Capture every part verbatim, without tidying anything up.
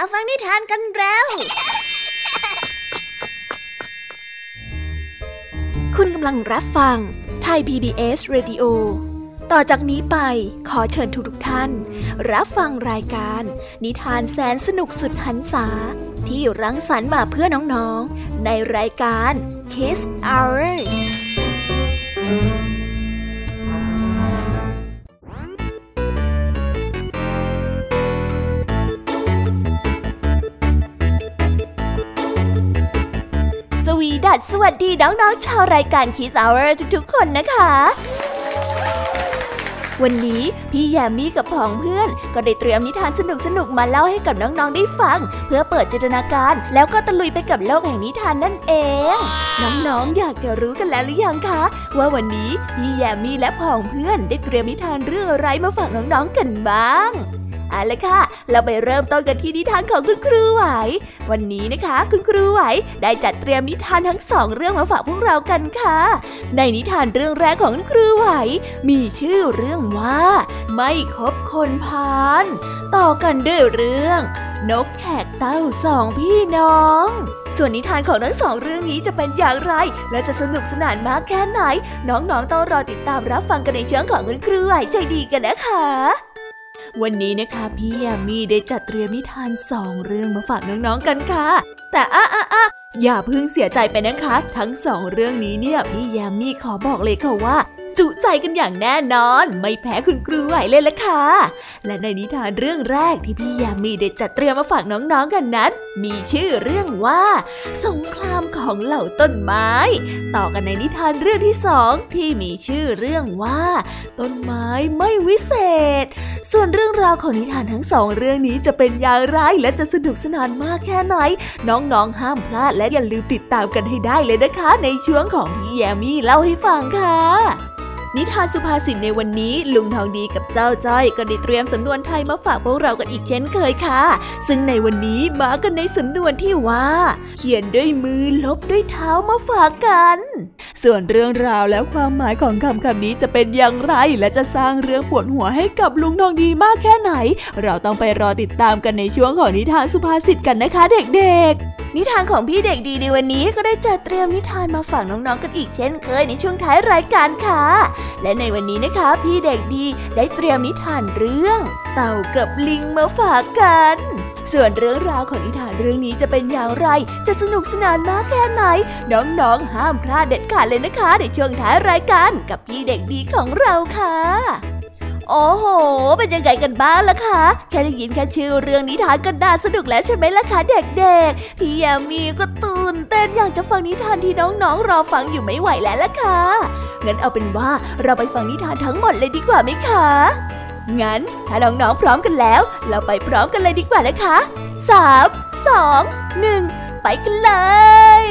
ฟังนิทานกันแล้วคุณกำลังรับฟังไทย พี บี เอส Radio ต่อจากนี้ไปขอเชิญทุกท่านรับฟังรายการนิทานแสนสนุกสุดหรรษาที่รังสรรค์มาเพื่อน้องๆในรายการ Kids Hourสวัสดีน้องๆชาวรายการ Kids Hour ทุกๆคนนะคะวันนี้พี่แยมมี่กับผองเพื่อนก็ได้เตรียมนิทานสนุกๆมาเล่าให้กับน้องๆได้ฟังเพื่อเปิดจินตนาการแล้วก็ตะลุยไปกับโลกแห่งนิทานนั่นเองน้องๆอยากจะรู้กันแล้วหรือยังคะว่าวันนี้พี่แยมมี่และผองเพื่อนได้เตรียมนิทานเรื่องอะไรมาฝากน้องๆกันบ้างเอาล่ะค่ะเราไปเริ่มต้นกันที่นิทานของคุณครูไหววันนี้นะคะคุณครูไหวได้จัดเตรียมนิทานทั้งสองเรื่องมาฝากพวกเรากันค่ะในนิทานเรื่องแรกของคุณครูไหวมีชื่อเรื่องว่าไม่คบคนพาลต่อกันด้วยเรื่องนกแขกเต้าสองพี่น้องส่วนนิทานของทั้งสองเรื่องนี้จะเป็นอย่างไรและจะสนุกสนานมากแค่ไหนน้องๆต้องรอติดตามรับฟังกันในช่วงของคุณครูไหวใจดีกันนะคะวันนี้นะคะพี่แยมมี่ได้จัดเตรียมนิทานสองเรื่องมาฝากน้องๆกันค่ะแต่อ่ะอ่ะอ่ะอย่าเพิ่งเสียใจไปนะคะทั้งสองเรื่องนี้เนี่ยพี่แยมมี่ขอบอกเลยค่ะว่าจุใจกันอย่างแน่นอนไม่แพ้คุณครูไหวเลยละค่ะและในนิทานเรื่องแรกที่พี่ยามีได้จัดเตรียมมาฝากน้องๆกันนั้นมีชื่อเรื่องว่าสงครามของเหล่าต้นไม้ต่อกันในนิทานเรื่องที่สองที่มีชื่อเรื่องว่าต้นไม้ไม่วิเศษส่วนเรื่องราวของนิทานทั้งสองเรื่องนี้จะเป็นอย่างไรและจะสนุกสนานมากแค่ไหนน้องๆห้ามพลาดและอย่าลืมติดตามกันให้ได้เลยนะคะในช่วงของพี่ยามีเล่าให้ฟังค่ะนิทานสุภาษิตในวันนี้ลุงทองดีกับเจ้าจ้อยก็ได้เตรียมสำนวนไทยมาฝากพวกเรากันอีกเช่นเคยค่ะซึ่งในวันนี้มากันในสำนวนที่ว่าเขียนด้วยมือลบด้วยเท้ามาฝากกันส่วนเรื่องราวและความหมายของคำคำนี้จะเป็นอย่างไรและจะสร้างเรื่องปวดหัวให้กับลุงทองดีมากแค่ไหนเราต้องไปรอติดตามกันในช่วงของนิทานสุภาษิตกันนะคะเด็กๆนิทานของพี่เด็กดีในวันนี้ก็ได้จัดเตรียมนิทานมาฝากน้องๆกันอีกเช่นเคยในช่วงท้ายรายการค่ะและในวันนี้นะคะพี่เด็กดีได้เตรียมนิทานเรื่องเต่ากับลิงมาฝากกันส่วนเรื่องราวของนิทานเรื่องนี้จะเป็นอย่างไรจะสนุกสนานมากแค่ไหนน้องๆห้ามพลาดเด็ดขาดเลยนะคะในช่วงท้ายรายการกับพี่เด็กดีของเราค่ะโอ้โหเป็นยังไงกันบ้างล่ะคะแค่ได้ยินแค่ชื่อเรื่องนิทานก็น่าสนุกแล้วใช่ไหมล่ะคะเด็กๆพี่ยามีก็ตื่นเต้นอยากจะฟังนิทานที่น้องๆรอฟังอยู่ไม่ไหวแล้วล่ะค่ะงั้นเอาเป็นว่าเราไปฟังนิทานทั้งหมดเลยดีกว่าไหมคะงั้นถ้าน้องๆพร้อมกันแล้วเราไปพร้อมกันเลยดีกว่านะคะสาม สอง หนึ่งไปกันเลย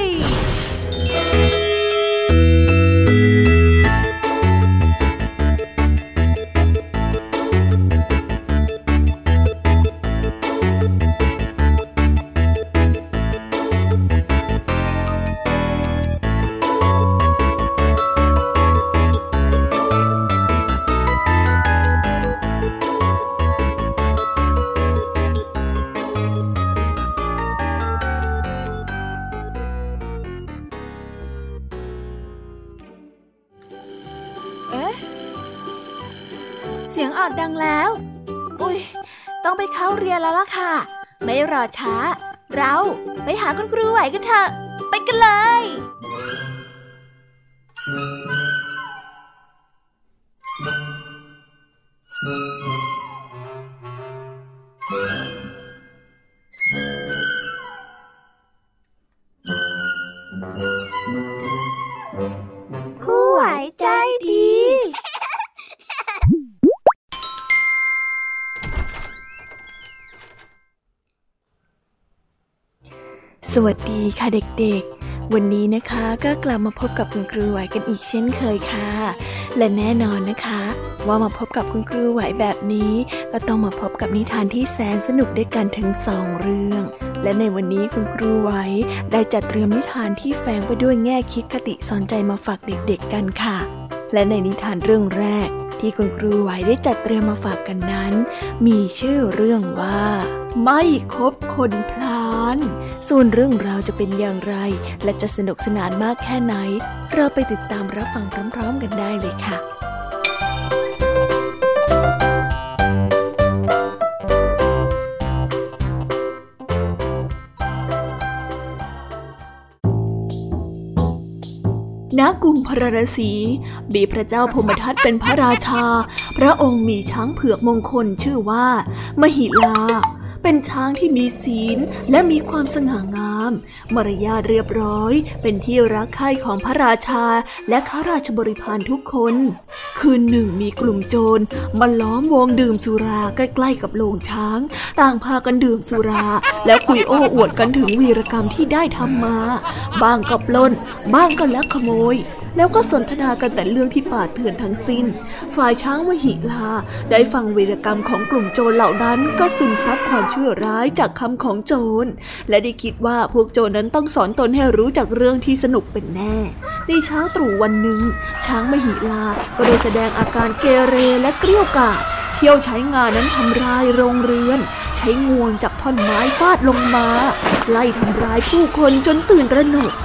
เสียงออดดังแล้วอุ๊ยต้องไปเข้าเรียนแล้วล่ะค่ะไม่รอช้าเราไปหาคุณครูไหวกันเถอะไปกันเลยครูไหวใจดีสวัสดีค่ะเด็กๆวันนี้นะคะก็กลับมาพบกับคุณครูไหวกันอีกเช่นเคยค่ะและแน่นอนนะคะว่ามาพบกับคุณครูไหวแบบนี้ก็ต้องมาพบกับนิทานที่แสนสนุกด้วยกันถึงสองเรื่องและในวันนี้คุณครูไหวได้จัดเตรียมนิทานที่แฝงไปด้วยแง่คิดคติสอนใจมาฝากเด็กๆกันค่ะและในนิทานเรื่องแรกที่คุณครูไหวได้จัดเตรียมมาฝากกันนั้นมีชื่อเรื่องว่าไม่คบคนพลานส่วนเรื่องราวจะเป็นอย่างไรและจะสนุกสนานมากแค่ไหนเราไปติดตามรับฟังพร้อมๆกันได้เลยค่ะณ กรุงพาราณสีมีพระเจ้าพรหมทัตเป็นพระราชาพระองค์มีช้างเผือกมงคลชื่อว่ามหิลาเป็นช้างที่มีศีลและมีความสง่างามมารยาทเรียบร้อยเป็นที่รักใคร่ของพระราชาและข้าราชบริพารทุกคนคืนหนึ่งมีกลุ่มโจรมาล้อมวงดื่มสุราใกล้ๆกับโรงช้างต่างพากันดื่มสุราแล้วคุยโอ้อวดกันถึงวีรกรรมที่ได้ทำมาบ้างก็ปล้นบ้างก็ลักขโมยแล้วก็สนทนากันแต่เรื่องที่ป่าเถื่อนทั้งสิ้นฝ่ายช้างมหิลาได้ฟังวีรกรรมของกลุ่มโจรเหล่านั้นก็ซึมซับความชั่วร้ายจากคำของโจรและได้คิดว่าพวกโจรนั้นต้องสอนตนให้รู้จักเรื่องที่สนุกเป็นแน่ในเช้าตรู่วันหนึ่งช้างมหิลาก็ได้แสดงอาการเกเรและเกรี้ยวกราดเที่ยวใช้งานั้นทำลายโรงเรือนใช้งวงจับท่อนไม้ฟาดลงมาไล่ทำร้ายผู้คนจนตื่นตระหนก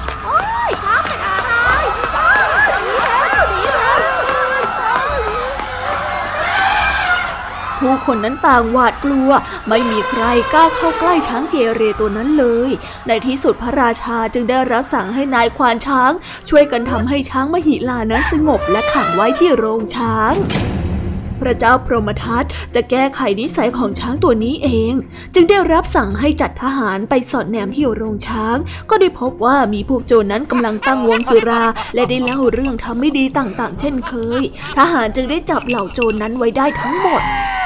ผู้คนนั้นต่างหวาดกลัวไม่มีใครกล้าเข้าใกล้ช้างเกเรตัวนั้นเลยในที่สุดพระราชาจึงได้รับสั่งให้นายควานช้างช่วยกันทำให้ช้างมหิลานั้นสงบและขังไว้ที่โรงช้างพระเจ้าพรหมทัตจะแก้ไขนิสัยของช้างตัวนี้เองจึงได้รับสั่งให้จัดทหารไปสอดแนมที่โรงช้างก็ได้พบว่ามีพวกโจรนั้นกำลังตั้งวงสุราและได้เล่าเรื่องทำไม่ดีต่างๆเช่นเคยทหารจึงได้จับเหล่าโจรนั้นไว้ได้ทั้งหมด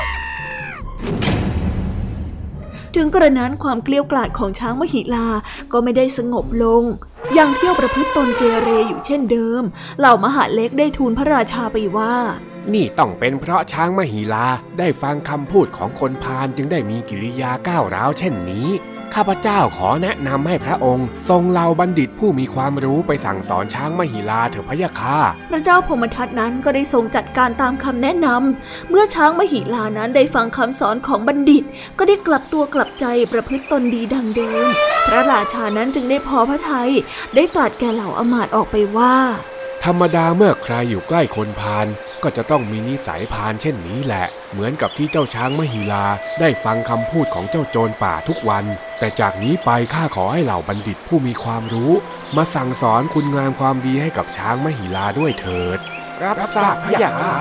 ถึงกระนั้นความเกลี้ยกล่อมของช้างมหิลาก็ไม่ได้สงบลงยังเที่ยวประพฤติตนเกเรอยู่เช่นเดิมเหล่ามหาเล็กได้ทูลพระราชาไปว่านี่ต้องเป็นเพราะช้างมหิลาได้ฟังคำพูดของคนพาลจึงได้มีกิริยาก้าวร้าวเช่นนี้ข้าพเจ้าขอแนะนำให้พระองค์ทรงเหล่าบัณฑิตผู้มีความรู้ไปสั่งสอนช้างมหิลาเถิดพะยะค่ะพระเจ้าพรหมทัตนั้นก็ได้ทรงจัดการตามคำแนะนำเมื่อช้างมหิลานั้นได้ฟังคำสอนของบัณฑิตก็ได้กลับตัวกลับใจประพฤติตนดีดังเดิมพระราชานั้นจึงได้พอพระทัยได้ตรัสแก่เหล่าอมาตย์ออกไปว่าธรรมดาเมื่อใครอยู่ใกล้คนพาลก็จะต้องมีนิสัยพาลเช่นนี้แหละเหมือนกับที่เจ้าช้างมหิลาได้ฟังคำพูดของเจ้าโจรป่าทุกวันแต่จากนี้ไปข้าขอให้เหล่าบัณฑิตผู้มีความรู้มาสั่งสอนคุณงามความดีให้กับช้างมหิลาด้วยเถิดรับทราบพะยะค่ะ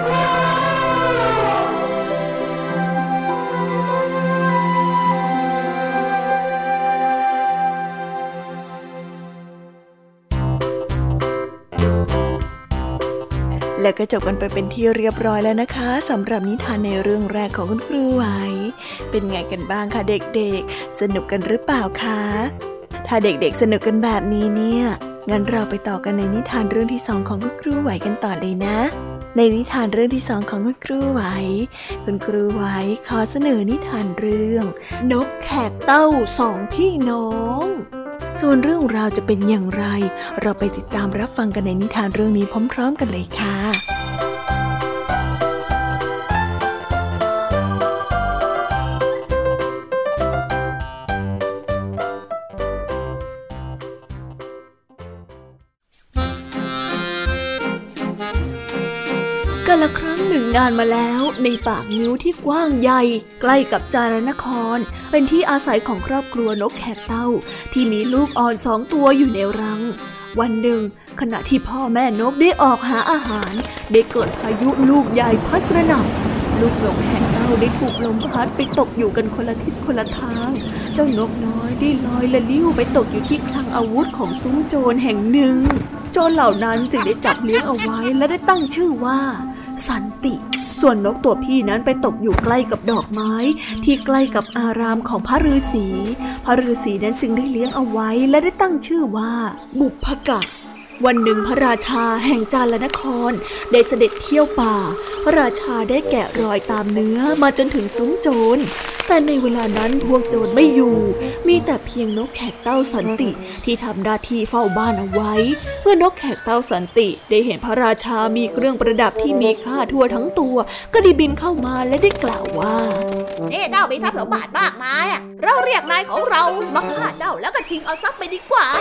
และก็จบกันไปเป็นที่เรียบร้อยแล้วนะคะสำหรับนิทานในเรื่องแรกของคุณครูไหวเป็นไงกันบ้างคะเด็กๆสนุกกันหรือเปล่าคะถ้าเด็กๆสนุกกันแบบนี้เนี่ยงั้นเราไปต่อกันในนิทานเรื่องที่สองของคุณครูไหวกันต่อเลยนะในนิทานเรื่องที่สองของคุณครูไหวคุณครูไหวขอเสนอนิทานเรื่องนกแขกเต้าสองพี่น้องส่วนเรื่องราวจะเป็นอย่างไรเราไปติดตามรับฟังกันในนิทานเรื่องนี้พร้อมๆกันเลยค่ะกาลครั้งหนึ่งนานมาแล้วในปากงิ้วที่กว้างใหญ่ใกล้กับจารนครเป็นที่อาศัยของครอบครัวนกแขกเต้าที่มีลูกอ่อนสองตัวอยู่ในรังวันหนึ่งขณะที่พ่อแม่นกได้ออกหาอาหารได้เกิดพายุลูกใหญ่พัดกระหน่ำลูกนกแขกเต้าได้ถูกลมพัดไปตกอยู่กันคนละทิศคนละทางเจ้านกน้อยได้ลอยละลิ้วไปตกอยู่ที่คลังอาวุธของซุ้มโจรแห่งหนึ่งโจรเหล่านั้นจึงได้จับเลี้ยงเอาไว้และได้ตั้งชื่อว่าสันติส่วนนกตัวพี่นั้นไปตกอยู่ใกล้กับดอกไม้ที่ใกล้กับอารามของพระฤาษีพระฤาษีนั้นจึงได้เลี้ยงเอาไว้และได้ตั้งชื่อว่าบุพกะวันหนึ่งพระราชาแห่งจารนครได้เสด็จเที่ยวป่าพระราชาได้แกะรอยตามเนื้อมาจนถึงซุ้มโจรแต่ในเวลานั้นพวกโจรไม่อยู่มีแต่เพียงนกแขกเต้าสันติที่ทำหน้าที่เฝ้าบ้านเอาไว้เมื่อนกแขกเต้าสันติได้เห็นพระราชามีเครื่องประดับที่มีค่าทั่วทั้งตัวก็ได้บินเข้ามาและได้กล่าวว่านี่เจ้ามีทรัพย์สมบัติมากมายเราเรียกนายของเรามาฆ่าเจ้าแล้วก็ชิงเอาทรัพย์ไปดีกว่า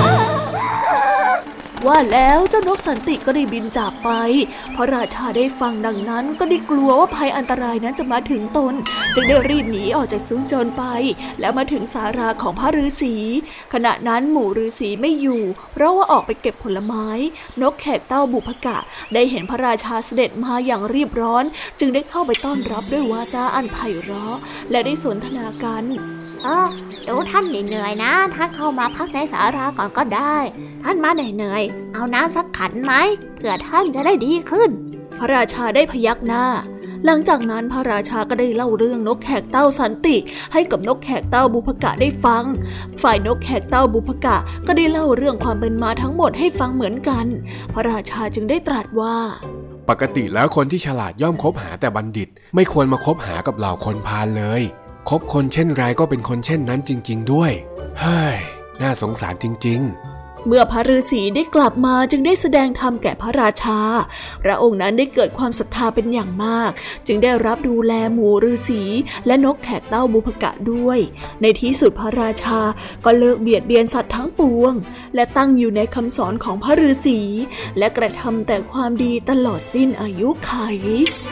ว่าแล้วเจ้านกสันติก็ได้บินจากไปพระราชาได้ฟังดังนั้นก็ได้กลัวว่าภัยอันตรายนั้นจะมาถึงตนจึงได้รีบหนีออกจากซุ้มโจรไปแล้วมาถึงศาลาของพระฤาษีขณะนั้นหมู่ฤาษีไม่อยู่เพราะว่าออกไปเก็บผลไม้นกแขกเต้าบุพกะได้เห็นพระราชาเสด็จมาอย่างรีบร้อนจึงได้เข้าไปต้อนรับด้วยวาจาอันไพเราะและได้สนทนากันเออดูท่านเหนื่อยนะท่านเข้ามาพักในศาลาก่อนก็ได้ท่านมาเหนื่อยๆเอาน้ำสักขันไหมเพื่อท่านจะได้ดีขึ้นพระราชาได้พยักหน้าหลังจากนั้นพระราชาก็ได้เล่าเรื่องนกแขกเต้าสันติให้กับนกแขกเต้าบุพกะได้ฟังฝ่ายนกแขกเต้าบุพกะก็ได้เล่าเรื่องความเป็นมาทั้งหมดให้ฟังเหมือนกันพระราชาจึงได้ตรัสว่าปกติแล้วคนที่ฉลาดย่อมคบหาแต่บัณฑิตไม่ควรมาคบหากับเหล่าคนพาลเลยคบคนเช่นไรก็เป็นคนเช่นนั้นจริงๆด้วยเฮ้ยน่าสงสารจริงๆเมื่อพระฤาษีได้กลับมาจึงได้แสดงธรรมแก่พระราชาพระองค์นั้นได้เกิดความศรัทธาเป็นอย่างมากจึงได้รับดูแลหมู่ฤาษีและนกแขกเต้าบุพกะด้วยในที่สุดพระราชาก็เลิกเบียดเบียนสัตว์ทั้งปวงและตั้งอยู่ในคำสอนของพระฤาษีและกระทำแต่ความดีตลอดสิ้นอายุขัย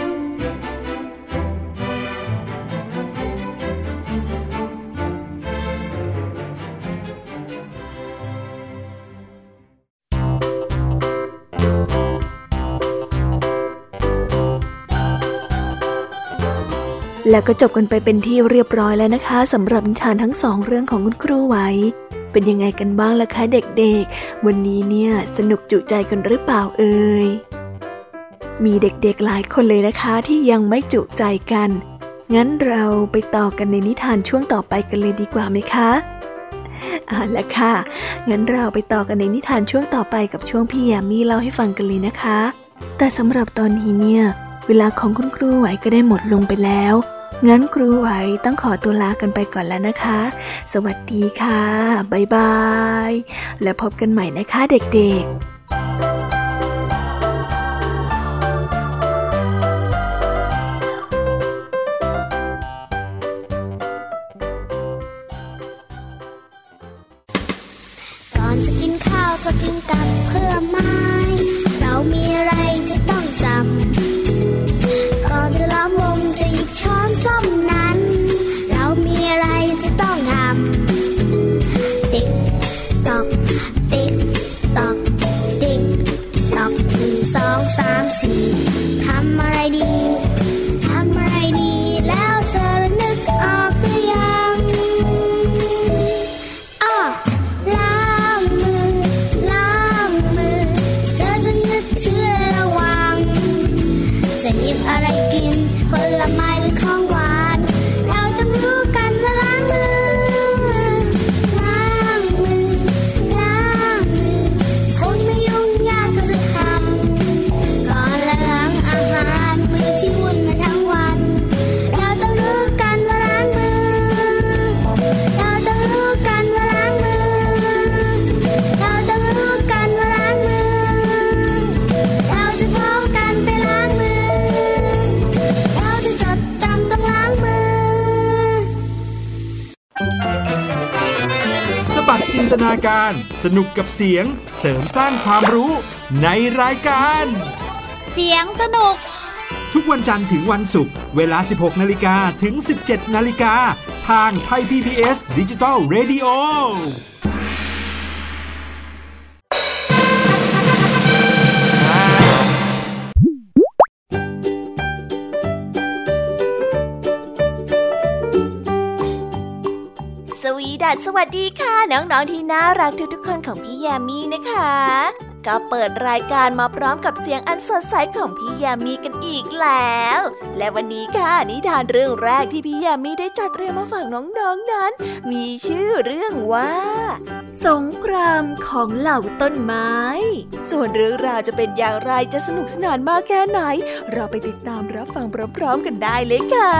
แล้วก็จบกันไปเป็นที่เรียบร้อยแล้วนะคะสำหรับนิทานทั้งสองเรื่องของคุณครูไหวเป็นยังไงกันบ้างล่ะคะเด็กๆวันนี้เนี่ยสนุกจุใจกันหรือเปล่าเอ่ยมีเด็กๆหลายคนเลยนะคะที่ยังไม่จุใจกันงั้นเราไปต่อกันในนิทานช่วงต่อไปกันเลยดีกว่าไหมคะเอาล่ะค่ะงั้นเราไปต่อกันในนิทานช่วงต่อไปกับช่วงพี่ยามีเล่าให้ฟังกันเลยนะคะแต่สำหรับตอนนี้เนี่ยเวลาของคุณครูไหวก็ได้หมดลงไปแล้วงั้นครูไหวต้องขอตัวลากันไปก่อนแล้วนะคะสวัสดีค่ะบ๊ายบายแล้วพบกันใหม่นะคะเด็กๆก่อนจะกินข้าวจะกินกับเพื่อไม้เรามีอะไรจะต้องจำก่อนจะล้อมวงจะหยิบช้อนส้อมนั้นเรามีอะไรจะต้องทำติ๊กตอกติ๊กตอกติ๊กตอกหนึ่งสองสามสี่ทำอะไรดีทำอะไรดีแล้วเธอนึกออกหรือยังอ้อล้างมือล้างมือเธอจะนึกเชื่อระวังจะหยิบอะไรกินผลไม้หรือของหวานเราต้องรู้กันว่าล้างมือล้างมือล้างมือคงไม่ยุ่งยากก็จะทำก่อนล้างอาหารมือที่วุ่นมาทั้งวันเราต้องรู้กันว่าล้างมือเราต้องรู้กันว่าล้างมือเราต้องรู้กันว่าล้างมือเราจะพร้อมกันไปล้างมือเราจะจดจำต้องล้างมือสบัดจินตนาการสนุกกับเสียงเสริมสร้างความรู้ในรายการเสียงสนุกทุกวันจันทร์ถึงวันศุกร์เวลา สิบหกนาฬิกา ถึง สิบเจ็ดนาฬิกา ทางไทย พี บี เอส Digital Radio สวีดัสสวัสดีค่ะน้องๆที่น่ารักทุกๆคนของพี่ยามีนะคะก็เปิดรายการมาพร้อมกับเสียงอันสดใสของพี่ยามีกันอีกแล้วและวันนี้ค่ะนิทานเรื่องแรกที่พี่ยามีได้จัดเตรียมมาฝากน้องๆนั้นมีชื่อเรื่องว่าสงครามของเหล่าต้นไม้ส่วนเรื่องราวจะเป็นอย่างไรจะสนุกสนานมากแค่ไหนเราไปติดตามรับฟังพร้อมๆกันได้เลยค่ะ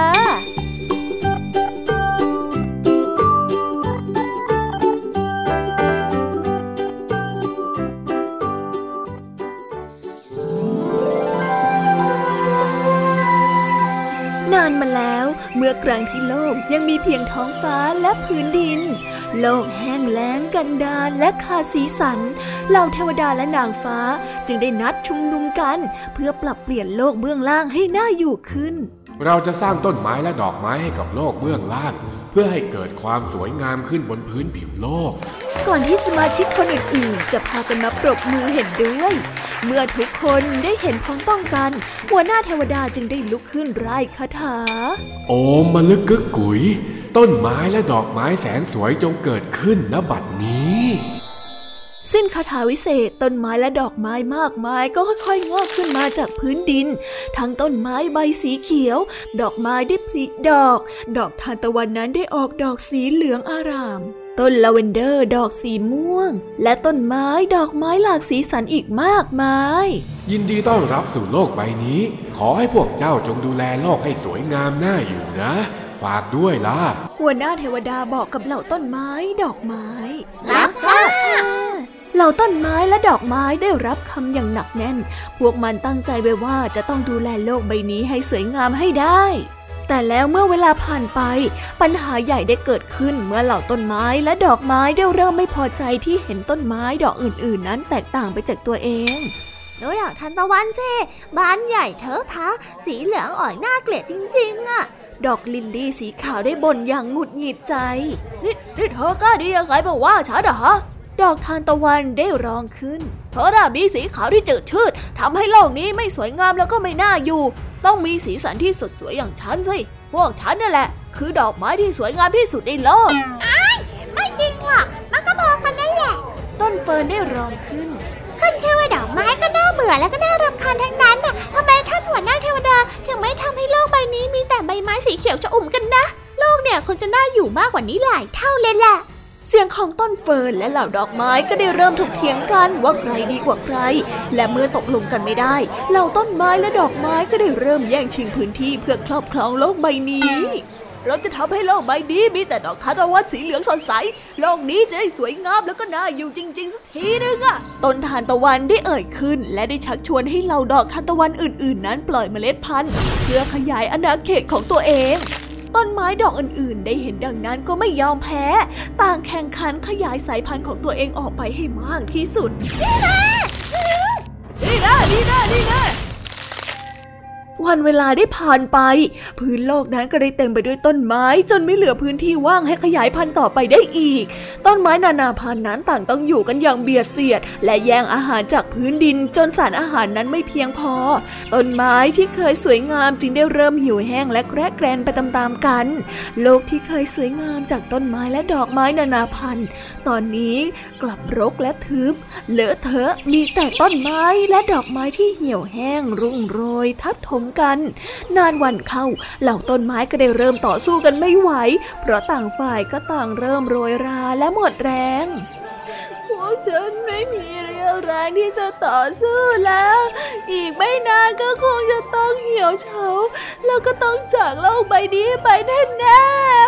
นานมาแล้วเมื่อครั้งที่โลกยังมีเพียงท้องฟ้าและพื้นดินโลกแห้งแล้งกันดารและขาดสีสันเหล่าเทวดาและนางฟ้าจึงได้นัดชุมนุมกันเพื่อปรับเปลี่ยนโลกเบื้องล่างให้น่าอยู่ขึ้นเราจะสร้างต้นไม้และดอกไม้ให้กับโลกเบื้องล่างเพื่อให้เกิดความสวยงามขึ้นบนพื้นผิวโลกก่อนที่สมาชิกคนอื่นๆจะพากันมาปรบมือเห็นด้วยเมื่อทุกคนได้เห็นพ้องต้องกันหัวหน้าเทวดาจึงได้ลุกขึ้นร่ายคาถาโอมมะลึกกึกกุ๋ยต้นไม้และดอกไม้แสนสวยจงเกิดขึ้นณบัดนี้สิ้นคาถาวิเศษต้นไม้และดอกไม้มากมายก็ค่อยๆงอกขึ้นมาจากพื้นดินทั้งต้นไม้ใบสีเขียวดอกไม้ได้ผลิดอกดอกทานตะวันนั้นได้ออกดอกสีเหลืองอารามต้นลาเวนเดอร์ดอกสีม่วงและต้นไม้ดอกไม้หลากสีสันอีกมากมายยินดีต้อนรับสู่โลกใบนี้ขอให้พวกเจ้าจงดูแลโลกให้สวยงามน่าอยู่นะฝากด้วยล่ะหัวหน้าเทวดาบอกกับเหล่าต้นไม้ดอกไม้รับทราบเหล่าต้นไม้และดอกไม้ได้รับคำอย่างหนักแน่นพวกมันตั้งใจไว้ว่าจะต้องดูแลโลกใบนี้ให้สวยงามให้ได้แต่แล้วเมื่อเวลาผ่านไปปัญหาใหญ่ได้เกิดขึ้นเมื่อเหล่าต้นไม้และดอกไม้ได้เริ่มไม่พอใจที่เห็นต้นไม้ดอกอื่นๆนั้นแตกต่างไปจากตัวเองดูดอกทานตะวันสิบานใหญ่เถอะทะสีเหลืองอ่อยน่าเกลียดจริงๆอ่ะดอกลิลลี่สีขาวได้บ่นอย่างหงุดหงิดใจนี่นี่เธอกล้าดียังไงมาว่าฉันเหรอดอกทานตะวันได้ร้องขึ้นเธอน่ะมีสีขาวที่จืดชืดทำให้โลกนี้ไม่สวยงามแล้วก็ไม่น่าอยู่ต้องมีสีสันที่สดสวยอย่างฉันสิพวกฉันนั่นแหละคือดอกไม้ที่สวยงามที่สุดในโลกอ้ายไม่จริงหรอกมันก็พอกันนั่นแหละต้นเฟิร์นได้ร้องขึ้นขึ้นชื่อว่าดอกไม้ก็น่าเบื่อและก็น่ารำคาญทั้งนั้นน่ะทำไมท่านหัวหน้าเทวดาถึงไม่ทำให้โลกใบนี้มีแต่ใบไม้สีเขียวชอุ่มกันนะโลกเนี่ยคงจะน่าอยู่มากกว่านี้หลายเท่าเลยแหละเสียงของต้นเฟิร์นและเหล่าดอกไม้ก็ได้เริ่มถกเถียงกันว่าใครดีกว่าใครและเมื่อตกลงกันไม่ได้เหล่าต้นไม้และดอกไม้ก็ได้เริ่มแย่งชิงพื้นที่เพื่อครอบครองโลกใบนี้เราจะทำให้โลกใบนี้มีแต่ดอกทานตะวันสีเหลืองสดใสโลกนี้จะได้สวยงามแล้วก็น่าอยู่จริงๆสักทีนึงอะต้นทานตะวันได้เอ่ยขึ้นและได้ชักชวนให้เหล่าดอกทานตะวันอื่นๆนั้นปล่อยเมล็ดพันธุ์เพื่อขยายอาณาเขตของตัวเองต้นไม้ดอกอื่นๆได้เห็นดังนั้นก็ไม่ยอมแพ้ต่างแข่งขันขยายสายพันธุ์ของตัวเองออกไปให้มากที่สุดนี่นะนี่นะนี่นะนี่นะวันเวลาได้ผ่านไปพื้นโลกนั้นก็ได้เต็มไปด้วยต้นไม้จนไม่เหลือพื้นที่ว่างให้ขยายพันธุ์ต่อไปได้อีกต้นไม้นานาพันธุ์นั้นต่างต้องอยู่กันอย่างเบียดเสียดและแย่งอาหารจากพื้นดินจนสารอาหารนั้นไม่เพียงพอต้นไม้ที่เคยสวยงามจึงได้เริ่มเหี่ยวแห้งและแกรกแกรนไปตามๆกันโลกที่เคยสวยงามจากต้นไม้และดอกไม้นานาพันธุ์ตอนนี้กลับรกและทึบเลอะเทอะมีแต่ต้นไม้และดอกไม้ที่เหี่ยวแห้งรุ่งโรยทับถมกันนานวันเข้าเหล่าต้นไม้ก็ได้เริ่มต่อสู้กันไม่ไหวเพราะต่างฝ่ายก็ต่างเริ่มโรยราและหมดแรงพวกฉันไม่มีเรี่ยวแรงที่จะต่อสู้แล้วอีกไม่นานก็คงจะต้องเหี่ยวเฉาแล้วก็ต้องจากโลกใบนี้ไปแน่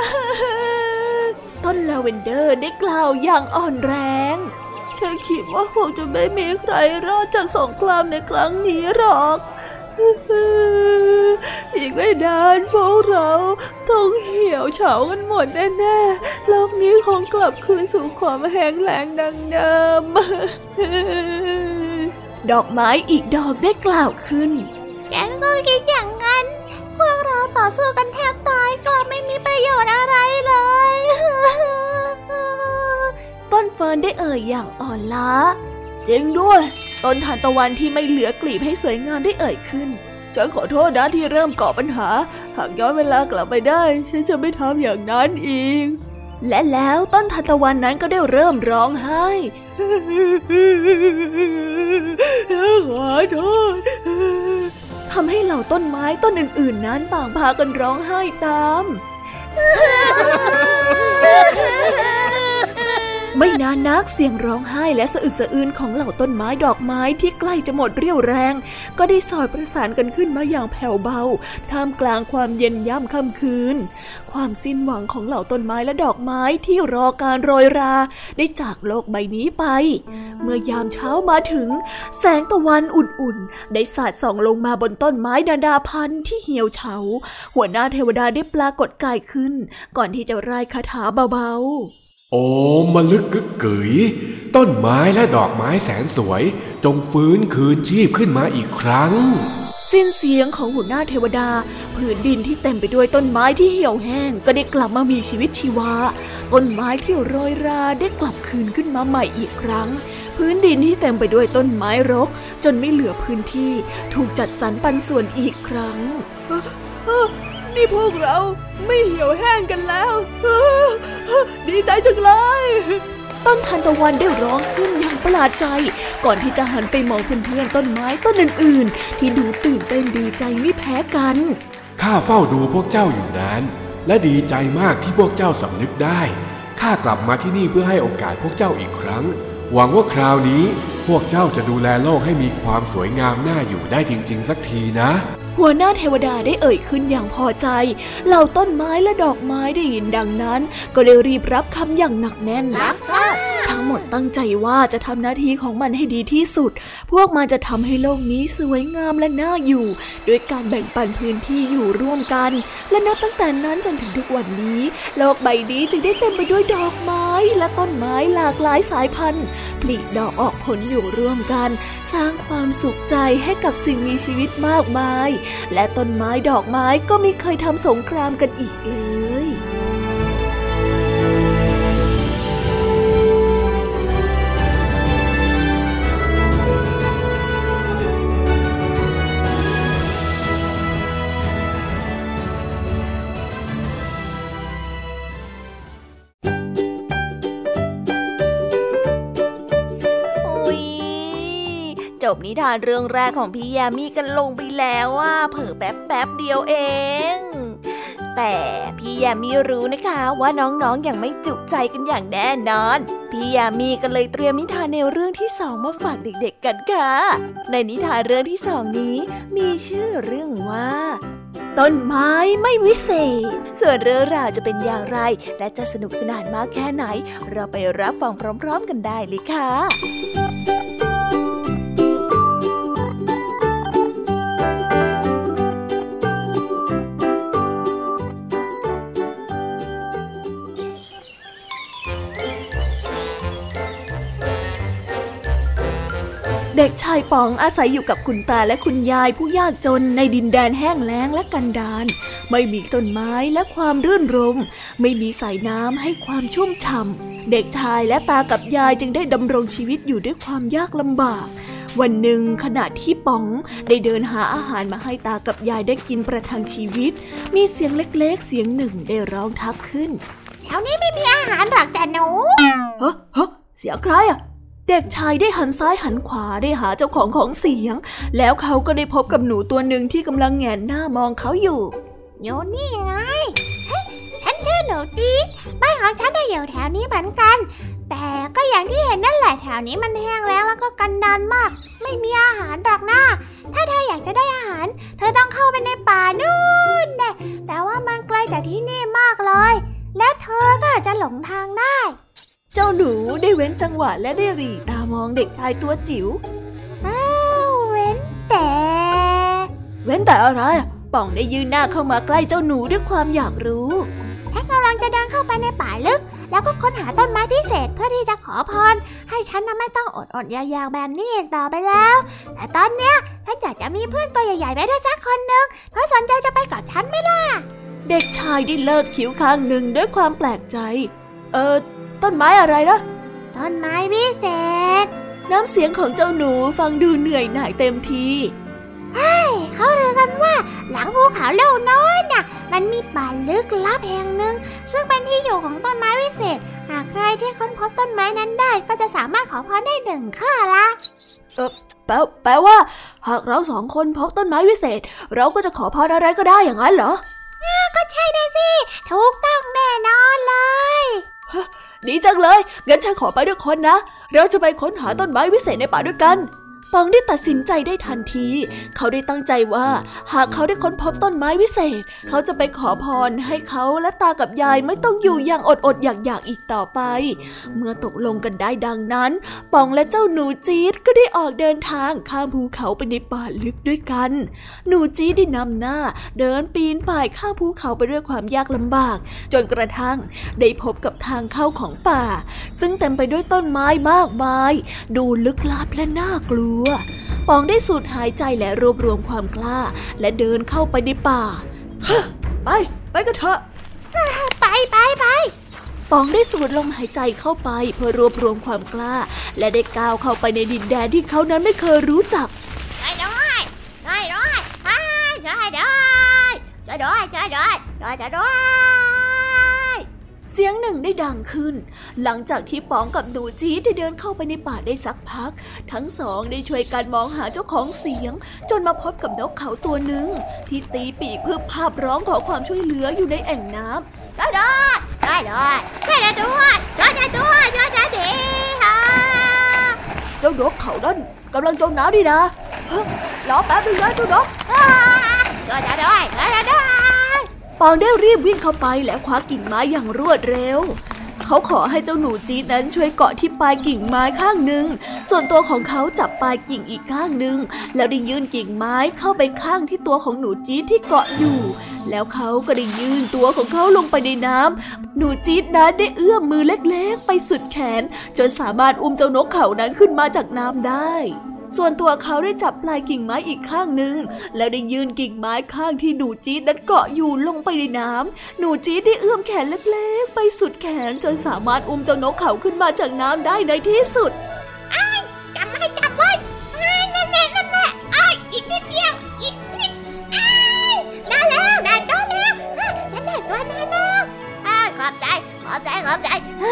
ๆต้นลาเวนเดอร์ได้กล่าวอย่างอ่อนแรงฉันคิดว่าคงจะไม่มีใครรอดจากสงครามในครั้งนี้หรอกอีกไม่นานพวกเราต้องเหี่ยวเฉากันหมดแน่ๆโลกนี้คงกลับคืนสู่ความแห้งแล้งดังเดิมดอกไม้อีกดอกได้กล่าวขึ้นฉันก็คิดอย่างนั้นพวกเราต่อสู้กันแทบตายก็ไม่มีประโยชน์อะไรเลยต้นเฟิร์นได้เอ่ยอย่างอ่อนล้าจริงด้วยต้นทานตะวันที่ไม่เหลือกลีบให้สวยงามได้เอ่ยขึ้นฉันขอโทษนะที่เริ่มก่อปัญหาหากย้อนเวลากลับไปได้ฉันจะไม่ทำอย่างนั้นอีกและแล้วต้นทานตะวันนั้นก็ได้เริ่มร้องไห้ขอโทษทำให้เหล่าต้นไม้ต้นอื่นๆนั้นต่างพากันร้องไห้ตามไม่นานนักเสียงร้องไห้และสะอึกสะอื้นของเหล่าต้นไม้ดอกไม้ที่ใกล้จะหมดเรี่ยวแรงก็ได้สอดประสานกันขึ้นมาอย่างแผ่วเบาท่ามกลางความเย็นย่ำค่ำคืนความสิ้นหวังของเหล่าต้นไม้และดอกไม้ที่รอการโรยราได้จากโลกใบนี้ไปเมื่อยามเช้ามาถึงแสงตะวันอุ่นๆได้สาดส่องลงมาบนต้นไม้นานาพันธุ์ที่เหี่ยวเฉาหัวหน้าเทวดาได้ปรากฏกายขึ้นก่อนที่จะร่ายคาถาเบาๆโอ้มลึกกึกกึ๋ยต้นไม้และดอกไม้แสนสวยจงฟื้นคืนชีพขึ้นมาอีกครั้งสิ้นเสียงของหัวหน้าเทวดาผืนดินที่เต็มไปด้วยต้นไม้ที่เหี่ยวแห้งก็ได้กลับมามีชีวิตชีวาต้นไม้ที่โรยราได้กลับคืนขึ้นมาใหม่อีกครั้งพื้นดินที่เต็มไปด้วยต้นไม้รกจนไม่เหลือพื้นที่ถูกจัดสรรปันส่วนอีกครั้งนี่พวกเราไม่เหี่ยวแห้งกันแล้วดีใจจังเลยต้นทานตะวันได้ร้องขึ้นอย่างประหลาดใจก่อนที่จะหันไปมองเพื่อนๆต้นไม้ต้นอื่นๆที่ดูตื่นเต้นดีใจไม่แพ้กันข้าเฝ้าดูพวกเจ้าอยู่นานและดีใจมากที่พวกเจ้าสำนึกได้ข้ากลับมาที่นี่เพื่อให้โอกาสพวกเจ้าอีกครั้งหวังว่าคราวนี้พวกเจ้าจะดูแลโลกให้มีความสวยงามน่าอยู่ได้จริงๆสักทีนะหัวหน้าเทวดาได้เอ่ยขึ้นอย่างพอใจเหล่าต้นไม้และดอกไม้ได้ยินดังนั้นก็ได้รีบรับคำอย่างหนักแน่นรับทราบทั้งหมดตั้งใจว่าจะทำหน้าที่ของมันให้ดีที่สุดพวกมันจะทำให้โลกนี้สวยงามและน่าอยู่โดยการแบ่งปันพื้นที่อยู่ร่วมกันและนับตั้งแต่นั้นจนถึงทุกวันนี้โลกใบนี้จึงได้เต็มไปด้วยดอกไม้และต้นไม้หลากหลายสายพันธุ์ผลิดอกออกผลอยู่ร่วมกันสร้างความสุขใจให้กับสิ่งมีชีวิตมากมายและต้นไม้ดอกไม้ก็ไม่เคยทำสงครามกันอีกเลยจบนิทานเรื่องแรกของพี่ยามีกันลงไปแล้วว่าเผลอแป๊บแป๊บเดียวเองแต่พี่ยามีรู้นะคะว่าน้องๆยังไม่จุใจกันอย่างแน่นอนพี่ยามีก็เลยเตรียมนิทานแนวเรื่องที่สองมาฝากเด็กๆกันค่ะในนิทานเรื่องที่สองนี้มีชื่อเรื่องว่าต้นไม้ไม่วิเศษส่วนเรื่องราวจะเป็นอย่างไรและจะสนุกสนานมากแค่ไหนเราไปรับฟังพร้อมๆกันได้เลยค่ะเด็กชายป๋องอาศัยอยู่กับคุณตาและคุณยายผู้ยากจนในดินแดนแห้งแล้งและกันดารไม่มีต้นไม้และความรื่นรมย์ไม่มีสายน้ำให้ความชุ่มฉ่ำเด็กชายและตากับยายจึงได้ดำรงชีวิตอยู่ด้วยความยากลำบากวันหนึ่งขณะที่ป๋องได้เดินหาอาหารมาให้ตากับยายได้กินประทังชีวิตมีเสียงเล็กๆเสียงหนึ่งได้ร้องทักขึ้นแถวนี้ไม่มีอาหารหรอกจ้ะหนูเฮ้เฮ้เสียงใครอ่ะเด็กชายได้หันซ้ายหันขวาได้หาเจ้าของของเสียงแล้วเขาก็ได้พบกับหนูตัวหนึ่งที่กำลังแงนหน้ามองเขาอยู่อยู่นี่ไงเฮ้ยฉันชื่อหนูจี๊ดบ้านของฉันได้อยู่แถวนี้เหมือนกันแต่ก็อย่างที่เห็นนั่นแหละแถวนี้มันแห้งแล้งแล้วก็กันดารมากไม่มีอาหารหรอกนะถ้าเธออยากจะได้อาหารเธอต้องเข้าไปในป่านู่นแน่แต่ว่ามันไกลจากที่นี่มากเลยและเธอก็อาจจะหลงทางได้เจ้าหนูได้เว้นจังหวะและได้หรี่ตามองเด็กชายตัวจิ๋วอ้าวเว้นแต่เว้นแต่อะไรป๋องได้ยืนหน้าเข้ามาใกล้เจ้าหนูด้วยความอยากรู้แค่กำลังจะเดินเข้าไปในป่าลึกแล้วก็ค้นหาต้นไม้พิเศษเพื่อที่จะขอพรให้ฉันน่ะไม่ต้องอดอดอยากๆแบบนี้อีกต่อไปแล้วแต่ตอนเนี้ยฉันอยากจะมีเพื่อนตัวใหญ่ๆไปด้วยสักคนนึงเธอสนใจจะไปกับฉันไหมล่ะเด็กชายได้เลิกคิ้วข้างหนึ่งด้วยความแปลกใจเออต้นไม้อะไรนะต้นไม้พิเศษน้ำเสียงของเจ้าหนูฟังดูเหนื่อยหน่ายเต็มทีเฮ้ยเขาเรียกกันว่าหลังภูเขาลูกน้อยน่ะมันมีป่าลึกลับแห่งหนึ่งซึ่งเป็นที่อยู่อยู่ของต้นไม้วิเศษหากใครที่ค้นพบต้นไม้นั้นได้ก็จะสามารถขอพรได้หนึ่งข้อละเออแปลแปลว่าหากเราสองคนพบต้นไม้วิเศษเราก็จะขอพรอะไรก็ได้อย่างนั้นเหรอก็ใช่นะสิถูกต้องแน่นอนเลยดีจังเลยงั้นฉันขอไปด้วยคนนะเราจะไปค้นหาต้นไม้วิเศษในป่าด้วยกันปองได้ตัดสินใจได้ทันทีเขาได้ตั้งใจว่าหากเขาได้ค้นพบต้นไม้วิเศษเขาจะไปขอพรให้เขาและตากับยายไม่ต้องอยู่อย่างอดอดอยากๆอีกต่อไปเมื่อตกลงกันได้ดังนั้นปองและเจ้าหนูจี๊ดก็ได้ออกเดินทางข้ามภูเขาไปในป่าลึกด้วยกันหนูจี๊ดได้นำหน้าเดินปีนป่ายข้ามภูเขาไปด้วยความยากลำบากจนกระทั่งได้พบกับทางเข้าของป่าซึ่งเต็มไปด้วยต้นไม้มากมายดูลึกลับและน่ากลัวปองได้สูดหายใจและรวบรวมความกล้าและเดินเข้าไปในป่าไปไปกันเถอะไปไปไปปองได้สูดลมหายใจเข้าไปเพื่อรวบรวมความกล้าและได้ก้าวเข้าไปในดินแดนที่เขานั้นไม่เคยรู้จักช่วยด้วยช่วยด้วยช่วยด้วยช่วยด้วยช่วยด้วยช่วยด้วยเสียงหนึ่งได้ดังขึ้นหลังจากที่ป๋องกับหนูจี๊ดได้เดินเข้าไปในป่าได้สักพักทั้งสองได้ช่วยกันมองหาเจ้าของเสียงจนมาพบกับนกเขาตัวหนึ่งที่ตีปีกเพื่อภาพร้องขอความช่วยเหลืออยู่ในแอ่งน้ำช่วยด้วยช่วยด้วยช่วยด้วยช่วยด้วยช่วยด้วยดีฮะเจ้านกเขานั่นกำลังจมน้ำดีนะเฮ้ยรอแป๊บนึงนะเจ้านกช่วยด้วยช่วยด้วยปองได้รีบวิ่งเข้าไปและคว้ากิ่งไม้อย่างรวดเร็วเขาขอให้เจ้าหนูจี๊ดนั้นช่วยเกาะที่ปลายกิ่งไม้ข้างหนึ่งส่วนตัวของเขาจับปลายกิ่งอีกข้างหนึ่งแล้วได้ยื่นกิ่งไม้เข้าไปข้างที่ตัวของหนูจี๊ดที่เกาะอยู่แล้วเขาก็ได้ยื่นตัวของเขาลงไปในน้ำหนูจี๊ดนั้นได้เอื้อมมือเล็กๆไปสุดแขนจนสามารถอุ้มเจ้านกเขานั้นขึ้นมาจากน้ำได้ส่วนตัวเขาได้จับปลายกิ่งไม้อีกข้างหนึ่งแล้วได้ยื่นกิ่งไม้ข้างที่หนูจี๊ดนั้นเกาะอยู่ลงไปในน้ำหนูจี๊ดได้เอื้อมแขนเล็กๆไปสุดแขนจนสามารถอุ้มเจ้านกเขาขึ้นมาจากน้ำได้ในที่สุดอ้ายจับไว้จับไว้อ้ายนั่นแหละนั่นแหละอ้ายอีกนิดเดียวอีกนิดอ้ายได้แล้วได้ตัวแล้วฉันได้ตัวแล้วนะอ้ายขอบใจขอบใจขอบใจ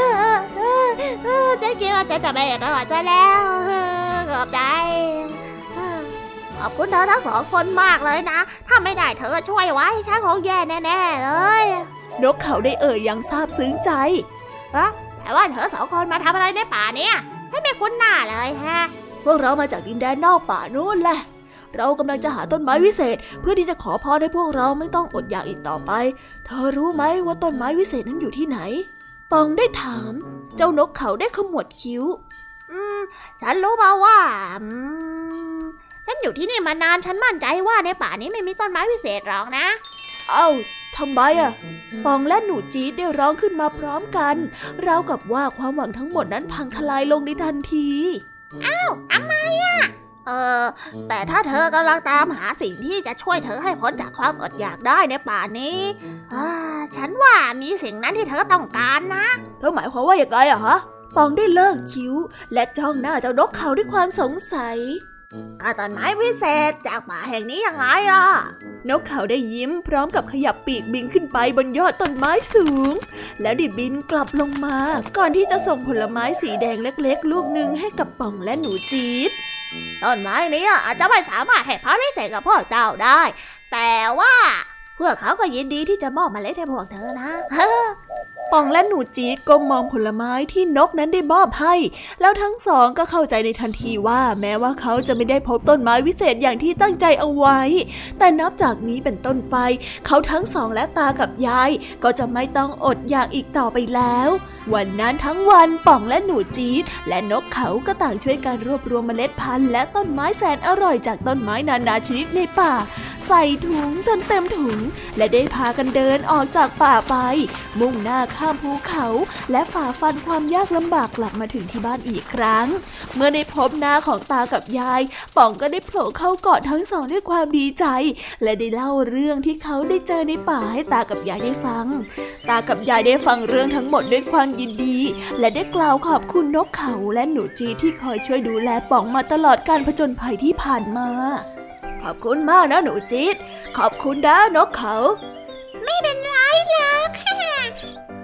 ฉันคิดว่าฉันจะไม่รอดซะแล้วขอบใจขอบคุณเธอทั้งสองคนมากเลยนะถ้าไม่ได้เธอช่วยไว้ฉันคงแย่แน่ๆเลยนกเขาได้เอ่ยอย่างซาบซึ้งใจเอ๊ะแต่ว่าเธอสองคนมาทำอะไรในป่าเนี่ยฉันไม่คุ้นหน้าเลยฮะพวกเรามาจากดินแดนนอกป่าโน่นแหละเรากำลังจะหาต้นไม้วิเศษเพื่อที่จะขอพรให้พวกเราไม่ต้องอดอยากอีกต่อไปเธอรู้ไหมว่าต้นไม้วิเศษนั้นอยู่ที่ไหนปองได้ถามเจ้านกเขาได้ขมวดคิ้วอืมฉันรู้มาว่าอืมฉันอยู่ที่นี่มานานฉันมั่นใจว่าในป่านี้ไม่มีต้นไม้วิเศษหรอกนะเอ้าทำไมอ่ะปองและหนูจี๊ดได้ร้องขึ้นมาพร้อมกันราวกับว่าความหวังทั้งหมดนั้นพังทลายลงในทันทีเอ้าทำไมอ่ะเออแต่ถ้าเธอกำลังตามหาสิ่งที่จะช่วยเธอให้พ้นจากความอดอยากได้ในป่านี้อ่าฉันว่ามีสิ่งนั้นที่เธอต้องการนะเธอหมายความว่าอย่างไรอะฮะปองได้เลิกคิ้วและจ้องหน้าเจ้านกเขาด้วยความสงสัยก็ต้นไม้วิเศษจากป่าแห่งนี้ยังไงล่ะนกเขาได้ยิ้มพร้อมกับขยับปีกบินขึ้นไปบนยอดต้นไม้สูงแล้วได้บินกลับลงมาก่อนที่จะส่งผลไม้สีแดงเล็กๆลูกหนึ่งให้กับป่องและหนูจี๊ดต้นไม้นี้อาจจะไม่สามารถให้พรวิเศษกับพวกเจ้าได้แต่ว่าพวกเขาก็ยินดีที่จะมอบเมล็ดให้พวกเธอนะปองและหนูจี๊ดก้มมองผลไม้ที่นกนั้นได้มอบให้แล้วทั้งสองก็เข้าใจในทันทีว่าแม้ว่าเขาจะไม่ได้พบต้นไม้วิเศษอย่างที่ตั้งใจเอาไว้แต่นับจากนี้เป็นต้นไปเขาทั้งสองและตากับยายก็จะไม่ต้องอดอยากอีกต่อไปแล้ววันนั้นทั้งวันป่องและหนูจี๊ดและนกเขาก็ต่างช่วยกันรวบรวมเมล็ดพันธุ์และต้นไม้แสนอร่อยจากต้นไม้นานาชนิดในป่าใส่ถุงจนเต็มถุงและได้พากันเดินออกจากป่าไปมุ่งหน้าข้ามภูเขาและฝ่าฟันความยากลำบากกลับมาถึงที่บ้านอีกครั้งเมื่อได้พบหน้าของตากับยายป่องก็ได้โผล่เข้ากอดทั้งสองด้วยความดีใจและได้เล่าเรื่องที่เขาได้เจอในป่าให้ตากับยายได้ฟังตากับยายได้ฟังเรื่องทั้งหมดด้วยความยินดีและได้กล่าวขอบคุณนกเขาและหนูจี๊ดที่คอยช่วยดูแลป่องมาตลอดการผจญภัยที่ผ่านมาขอบคุณมากนะหนูจี๊ดขอบคุณนะนกเขาไม่เป็นไรหรอกค่ะ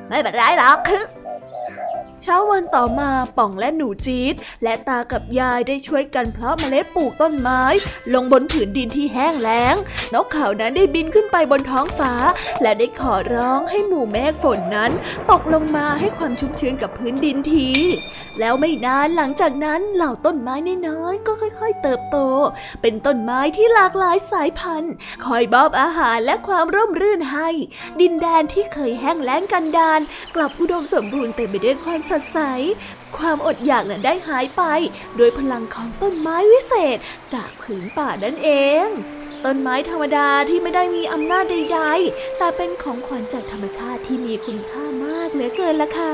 ไม่เป็นไรหรอกคือเช้าวันต่อมาป่องและหนูจี๊ดและตากับยายได้ช่วยกันเพาะเมล็ดปลูกต้นไม้ลงบนผืนดินที่แห้งแล้งนกเขานั้นได้บินขึ้นไปบนท้องฟ้าและได้ขอร้องให้หมู่เมฆฝนนั้นตกลงมาให้ความชุ่มชื้นกับพื้นดินทีแล้วไม่นานหลังจากนั้นเหล่าต้นไม้น้อยๆก็ค่อยๆเติบโตเป็นต้นไม้ที่หลากหลายสายพันธุ์คอยมอบอาหารและความร่มรื่นให้ดินแดนที่เคยแห้งแล้งกันดารกลับอุดมสมบูรณ์เต็มไปด้วยความสดใสความอดอยากนั้นได้หายไปโดยพลังของต้นไม้วิเศษจากผืนป่านั่นเองต้นไม้ธรรมดาที่ไม่ได้มีอำนาจใดๆแต่เป็นของขวัญจากธรรมชาติที่มีคุณค่ามากเหลือเกินล่ะค่ะ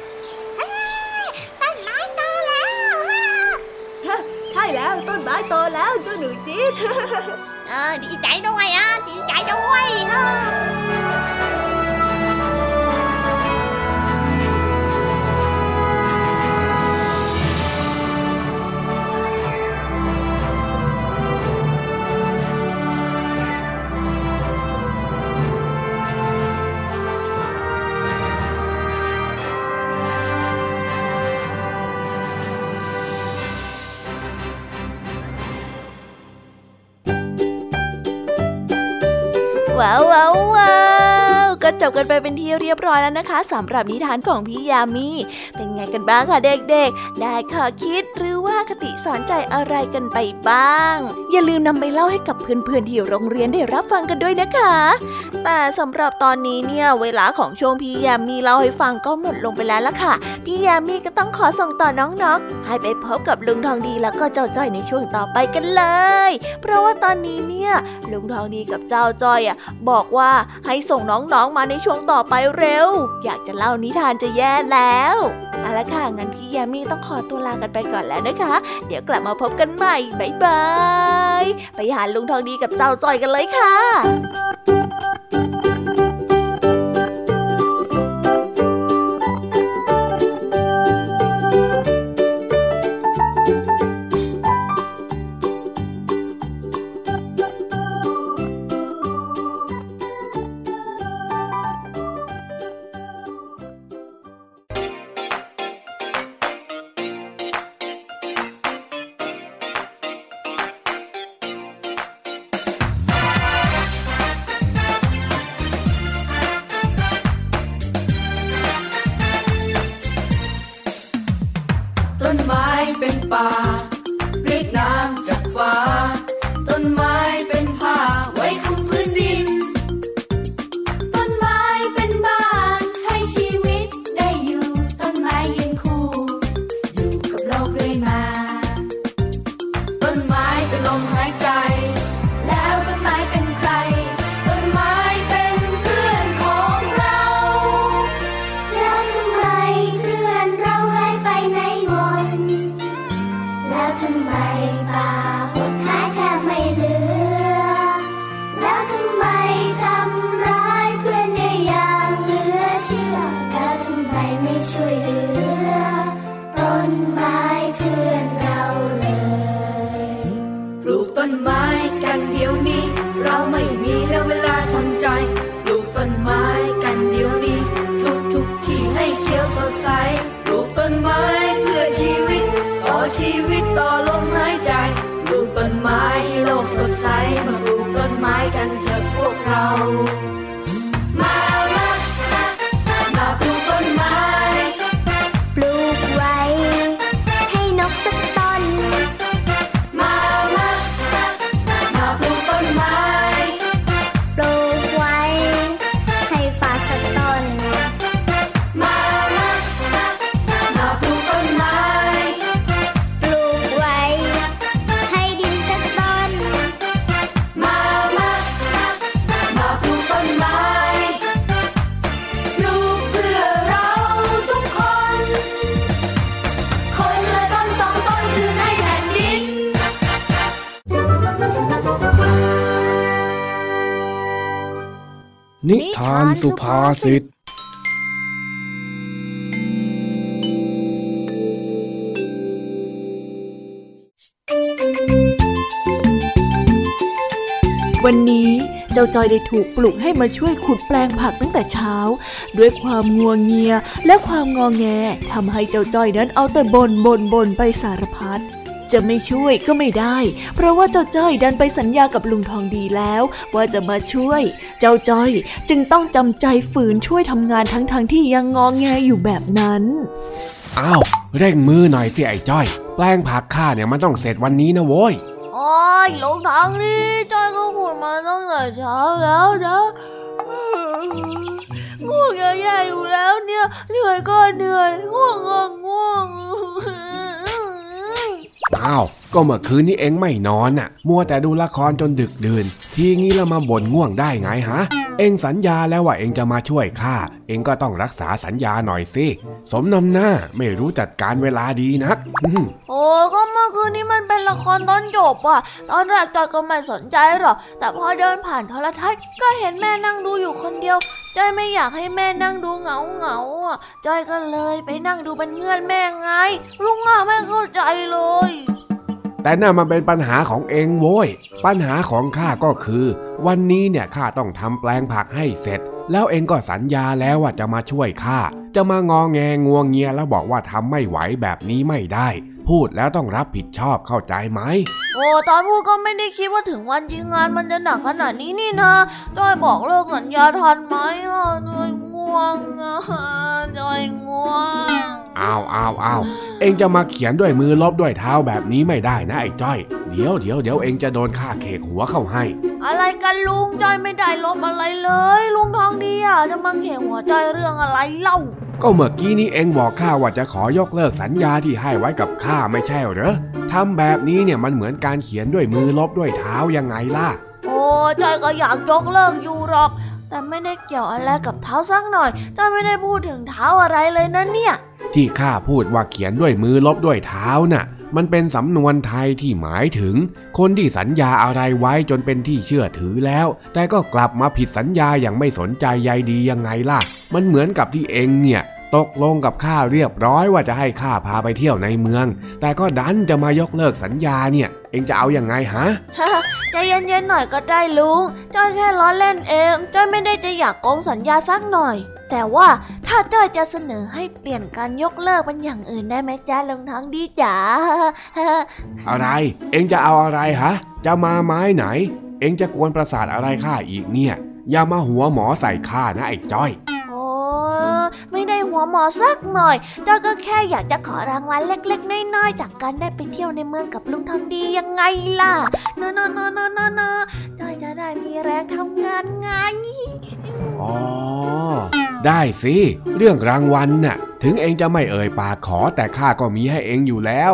ใช่แล้วต้นไม้โตแล้วเจ้าหนูจี๊ดเออดีใจด้วยอ่ะดีใจด้วยอ่ะว้าวว้าวว้าวก็จบกันไปเป็นที่เรียบร้อยแล้วนะคะสำหรับนิทานของพี่ยามีเป็นไงกันบ้างคะเด็กๆได้ข้อคิดหรือว่าคติสอนใจอะไรกันไปบ้างอย่าลืมนำไปเล่าให้กับเพื่อนๆที่โรงเรียนได้รับฟังกันด้วยนะคะแต่สำหรับตอนนี้เนี่ยเวลาของช่วงพี่ยามีเล่าให้ฟังก็หมดลงไปแล้วล่ะค่ะพี่ยามีก็ต้องขอส่งต่อน้องๆให้ไปพบกับลุงทองดีแล้วก็เจ้าจ้อยในช่วงต่อไปกันเลยเพราะว่าตอนนี้เนี่ยลุงทองดีกับเจ้าจ้อยอ่ะบอกว่าให้ส่งน้องๆมาในช่วงต่อไปเร็วอยากจะเล่านิทานจะแย่แล้วเอาละค่ะงั้นพี่ยามีต้องขอตัวลากันไปก่อนแล้วนะคะเดี๋ยวกลับมาพบกันใหม่บ๊ายบายไปหาลุงทองดีกับเจ้าจ้อยกันเลยค่ะต้นไม้เป็นป่าเรียกน้ำจากฟ้าต้นไม้เป็นผ้าไว้คลุมพื้นดินต้นไม้เป็นบ้านให้ชีวิตได้อยู่ต้นไม้ยืนคู่อยู่กับเราเรื่อยมาต้นไม้เป็นลมหายใจแล้วต้นไม้เป็นใครต้นไม้เป็นเพื่อนของเราแล้วทำไมเพื่อนเราหายไปไหนหมดแล้วทำไมป่าหดหายแทบไม่เหลือแล้วทำไมทำร้ายเพื่อนได้อย่างเหลือเชื่อแล้วทำไมไม่ช่วยเหลือต้นไม้เพื่อนเราเลยปลูกต้นไม้กันเดี๋ยวนี้เราไม่มีแล้วเวลาทำใจปลูกต้นไม้กันเดี๋ยวนี้ทุกทุกที่ให้เขียวสดใสปลูกต้นไม้เพื่อชีวิตต่อชีวิตต่อลมหายใจปลูกต้นไม้ให้โลกสดใสมาปลูกต้นไม้กันเถอะพวกเรามามามาปลูกต้นไม้ปลูกไว้ให้นกสักต้นมามามาปลูกต้นไม้ปลูกไว้ให้ฟ้าสักต้นมามามาปลูกต้นไม้ปลูกไว้ให้ดินสักต้นมามามาปลูกต้นไม้ปลูกเพื่อเราทุกคนคนละต้นสองต้นคือให้แผ่นดินนิทานสุภาษิตวันนี้เจ้าจ้อยได้ถูกปลุกให้มาช่วยขุดแปลงผักตั้งแต่เช้าด้วยความงัวเงียและความงอแงทำให้เจ้าจ้อยนั้นเอาแต่บ่นบ่นบ่นไปสารพัดจะไม่ช่วยก็ไม่ได้เพราะว่าเจ้าจ้อยดันไปสัญญากับลุงทองดีแล้วว่าจะมาช่วยเจ้าจ้อยจึงต้องจำใจฝืนช่วยทำงานทั้งๆ ท, ที่ยังงอแงอยู่แบบนั้นอ้าวเร่งมือหน่อยสิไอ้จ้อยแปลงผักข้าเนี่ยมันต้องเสร็จวันนี้นะโว้ยโอ้ยลุงทองดีจ้อยก็ขุดมาตั้งแต่เช้าแล้วนะง่วงแย่ๆอยู่แล้วเนี่ยเหนื่อยก็เหนื่อยง่วงก็ง่วงอ้าวก็เมื่อคืนนี้เอ็งไม่นอนน่ะมัวแต่ดูละครจนดึกดื่นทีงี้แล้วมาบ่นง่วงได้ไงฮะเอ็งสัญญาแล้วว่าเอ็งจะมาช่วยข้าเอ็งก็ต้องรักษาสัญญาหน่อยสิสมน้ำหน้าไม่รู้จัดการเวลาดีนักโอ้ก็เมื่อคืนนี้มันเป็นละครตอนจบอ่ะตอนแรกจอยก็ไม่สนใจหรอกแต่พอเดินผ่านโทรทัศน์ก็เห็นแม่นั่งดูอยู่คนเดียวจอยไม่อยากให้แม่นั่งดูเหงาเหงาอ่ะจอยก็เลยไปนั่งดูเป็นเพื่อนแม่ไงลุงอ่ะไม่เข้าใจเลยแต่นั่นมันเป็นปัญหาของเองโว้ยปัญหาของข้าก็คือวันนี้เนี่ยข้าต้องทำแปลงผักให้เสร็จแล้วเองก็สัญญาแล้วว่าจะมาช่วยข้าจะมางอแงงวงเงียแล้วบอกว่าทำไม่ไหวแบบนี้ไม่ได้พูดแล้วต้องรับผิดชอบเข้าใจไหมโอ้ตอนพูดก็ไม่ได้คิดว่าถึงวันจริงงานมันจะหนักขนาดนี้นี่นะจอยบอกเลิกสัญญาทันไหมอ่ะจอยง่วงอ่ะจอยง่วงอ้าวอ้าวอ้าวเอ็งจะมาเขียนด้วยมือลบด้วยเท้าแบบนี้ไม่ได้นะไอ้จ้อยเดี๋ยวเดี๋ยวเดี๋ยวเอ็งจะโดนข้าเขกหัวเข้าให้อะไรกันลุงจ้อยไม่ได้ลบอะไรเลยลุงทองดีอ่ะจะมาเขกหัวจ้อยเรื่องอะไรเล่าก็เมื่อกี้นี้เอ็งบอกข้าว่าจะขอยกเลิกสัญญาที่ให้ไว้กับข้าไม่ใช่เหรอทำแบบนี้เนี่ยมันเหมือนการเขียนด้วยมือลบด้วยเท้ายังไงล่ะโอ้จ้อยก็อยากยกเลิกอยู่หรอกแต่ไม่ได้เกี่ยวอะไรกับเท้าสักหน่อยจ้อยไม่ได้พูดถึงเท้าอะไรเลยนะเนี่ยที่ข้าพูดว่าเขียนด้วยมือลบด้วยเท้าน่ะมันเป็นสำนวนไทยที่หมายถึงคนที่สัญญาอะไรไว้จนเป็นที่เชื่อถือแล้วแต่ก็กลับมาผิดสัญญาอย่างไม่สนใจใยดียังไงล่ะมันเหมือนกับที่เองเนี่ยตกลงกับข้าเรียบร้อยว่าจะให้ข้าพาไปเที่ยวในเมืองแต่ก็ดันจะมายกเลิกสัญญาเนี่ยเองจะเอายังไงฮะใจเย็นๆหน่อยก็ได้ลุงจ้อยแค่ล้อเล่นเองจ้อยไม่ได้จะอยากโกงสัญญาสักหน่อยแต่ว่าถ้าจ้อยจะเสนอให้เปลี่ยนการยกเลิกเป็นอย่างอื่นได้ไหมจ๊ะลุงทองดีจ๋าอะไรเองจะเอาอะไรฮะจะมาไม้ไหนเองจะกวนประสาทอะไรข้าอีกเนี่ยอย่ามาหัวหมอใส่ข้านะไอ้จ้อยไม่ได้หัวหมอสักหน่อยจ้อยก็แค่อยากจะขอรางวัลเล็กๆน้อยๆจากการได้ไปเที่ยวในเมืองกับลุงทองดียังไงล่ะเนอะเนอะเนอะเนอะเนอะจ้อยจะได้มีแรงทำงานไงอ๋อได้สิเรื่องรางวัลน่ะถึงเองจะไม่เอ่ยปากขอแต่ข้าก็มีให้เองอยู่แล้ว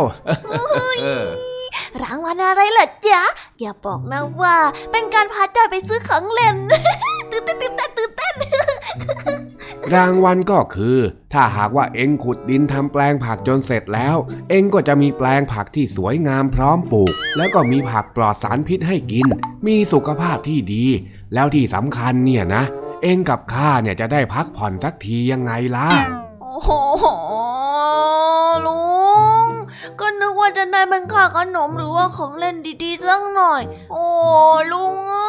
รางวัลอะไรล่ะจ๊ะอย่าบอกนะว่าเป็นการพาจ้อยไปซื้อของเล่น ตื่นเต้นตื่นเต้นตื่นเต้นรางวัลก็คือถ้าหากว่าเอ็งขุดดินทำแปลงผักจนเสร็จแล้วเอ็งก็จะมีแปลงผักที่สวยงามพร้อมปลูกแล้วก็มีผักปลอดสารพิษให้กินมีสุขภาพที่ดีแล้วที่สำคัญเนี่ยนะเอ็งกับข้าเนี่ยจะได้พักผ่อนสักทียังไงล่ะโอ้โหลุงก็นึกว่าจะได้เป็นค่าขนมหรือว่าของเล่นดีๆสักหน่อยโอ้ลุงอ่ะ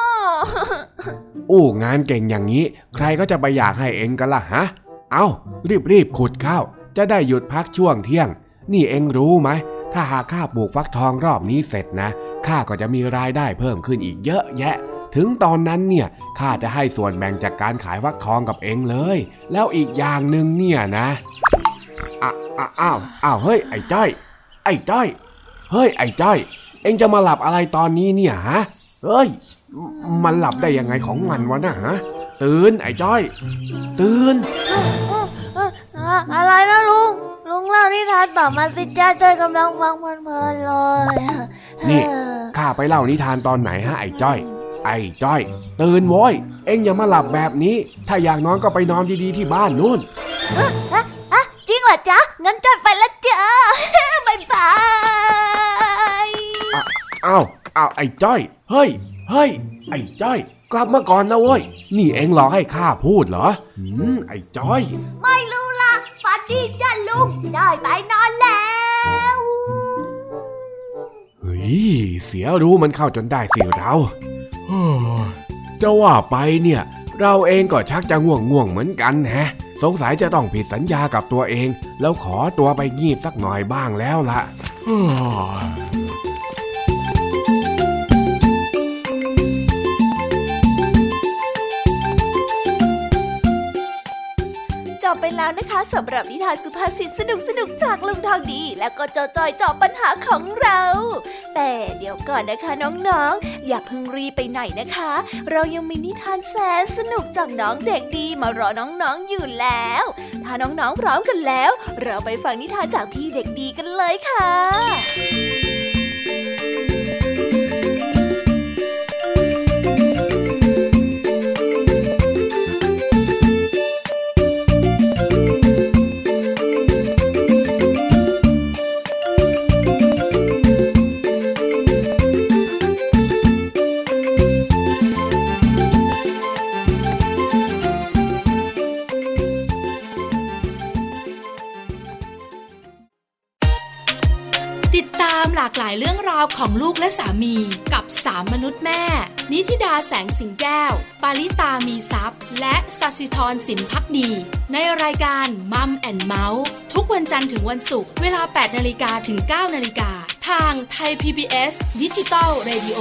อู้งานเก่งอย่างนี้ใครก็จะไปอยากให้เอ็งกันล่ะฮะเอ้ารีบๆขุดข้าวจะได้หยุดพักช่วงเที่ยงนี่เอ็งรู้ไหมถ้าหากข้าปลูกฟักทองรอบนี้เสร็จนะข้าก็จะมีรายได้เพิ่มขึ้นอีกเยอะแยะถึงตอนนั้นเนี่ยข้าจะให้ส่วนแบ่งจากการขายฟักทองกับเอ็งเลยแล้วอีกอย่างหนึ่งเนี่ยนะอ้าวอ้าวอ้าวเฮ้ยไอ้จ้อยไอ้จ้อยเฮ้ยไอ้จ้อยเอ็งจะมาหลับอะไรตอนนี้เนี่ยฮะเฮ้ยมันหลับได้ยังไงของมันวะนะฮะตื่นไอ้จ้อยตื่นอะไรนะลุงลุงเล่านิทานต่อมาสิจ้าจ้อยกำลังฟังเพลินๆเลยนี่ข้าไปเล่านิทานตอนไหนฮะไอ้จ้อยไอ้จ้อยตื่นโว้ยเอ็งอย่ามาหลับแบบนี้ถ้าอยากนอนก็ไปนอนดีๆที่บ้านนู่นจริงเหรอจ๊ะงั้นจ้อยไปแล้วจ้าบ๊ายบายอ้าวอ้าวไอ้จ้อยเฮ้ยเฮ้ยไอ้จ้อยกลับมาก่อนนะเว้ยนี่เอ็งรอให้ข้าพูดเหรอหืมไอ้จ้อยไม่รู้ล่ะฝันดีจ้ะลุงจ้อยไปนอนแล้วเฮ้ยเสียรู้มันเข้าจนได้สิเราจะว่าไปเนี่ยเราเองก็ชักจะง่วงง่วงเหมือนกันแฮะสงสัยจะต้องผิดสัญญากับตัวเองแล้วขอตัวไปงีบสักหน่อยบ้างแล้วล่ะจบไปแล้วนะคะสำหรับนิทานสุภาษิตสนุกๆจากลุงทองดีและก็เจ้าจอยเจาะปัญหาของเราแต่เดี๋ยวก่อนนะคะน้องๆอย่าเพิ่งรีบไปไหนนะคะเรายังมีนิทานแสนสนุกจากน้องเด็กดีมารอน้องๆอยู่แล้วถ้าน้องๆพร้อมกันแล้วเราไปฟังนิทานจากพี่เด็กดีกันเลยค่ะหลากหลายเรื่องราวของลูกและสามีกับสามมนุษย์แม่นิธิดาแสงสิงแก้วปาริตามีทรัพย์และสัสิธรสินภักดีในรายการมัมแอนด์เมาส์ทุกวันจันทร์ถึงวันศุกร์เวลา แปดนาฬิกา ถึง เก้านาฬิกา ทางไทย พี บี เอส Digital Radio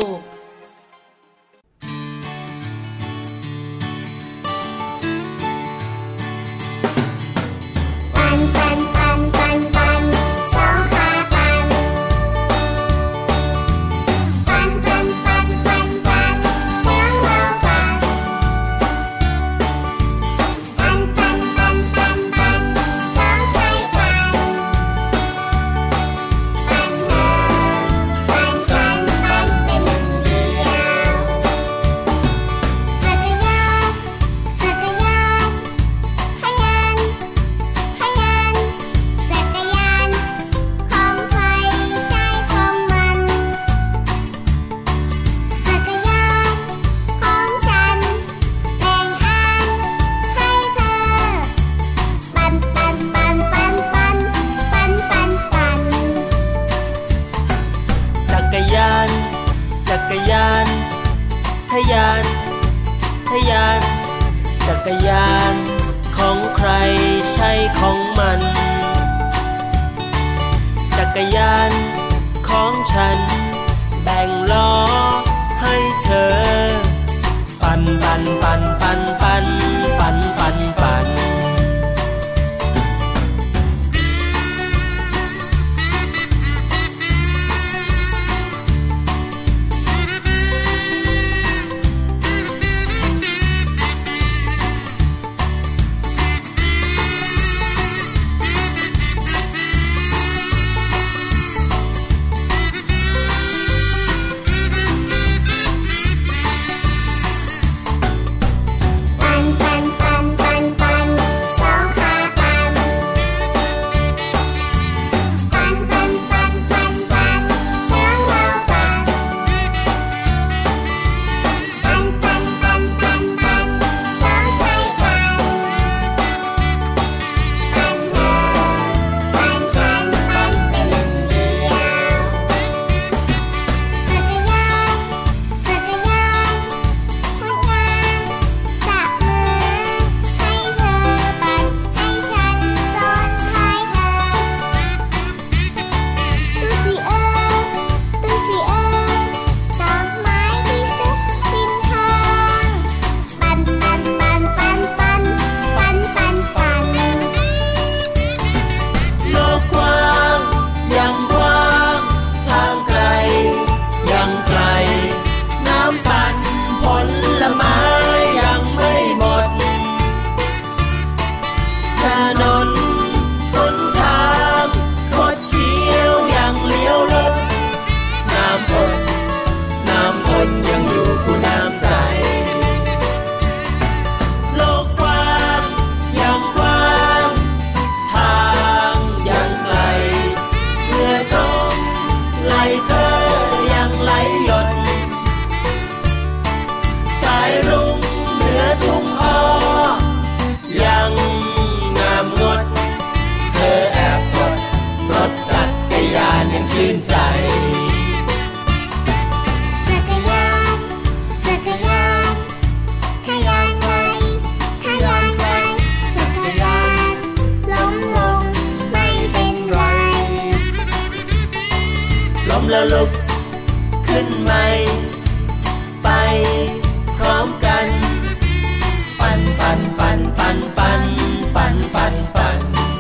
Hãy subscribe cho kênh Ghiền Mì Gõ Để không bỏ lỡ ลุกขึ้นใหม่ไปพร้อมกันปั่นปั่นปั่นปั่นปั่นปั่นปั่นปั่น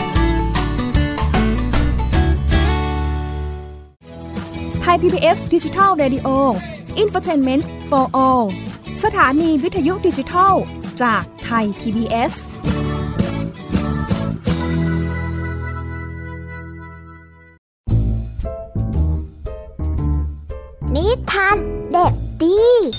ไทย พี บี เอส Digital Radio Infotainment for All สถานีวิทยุดิจิทัลจากไทย พี บี เอสนิทานเด็กดี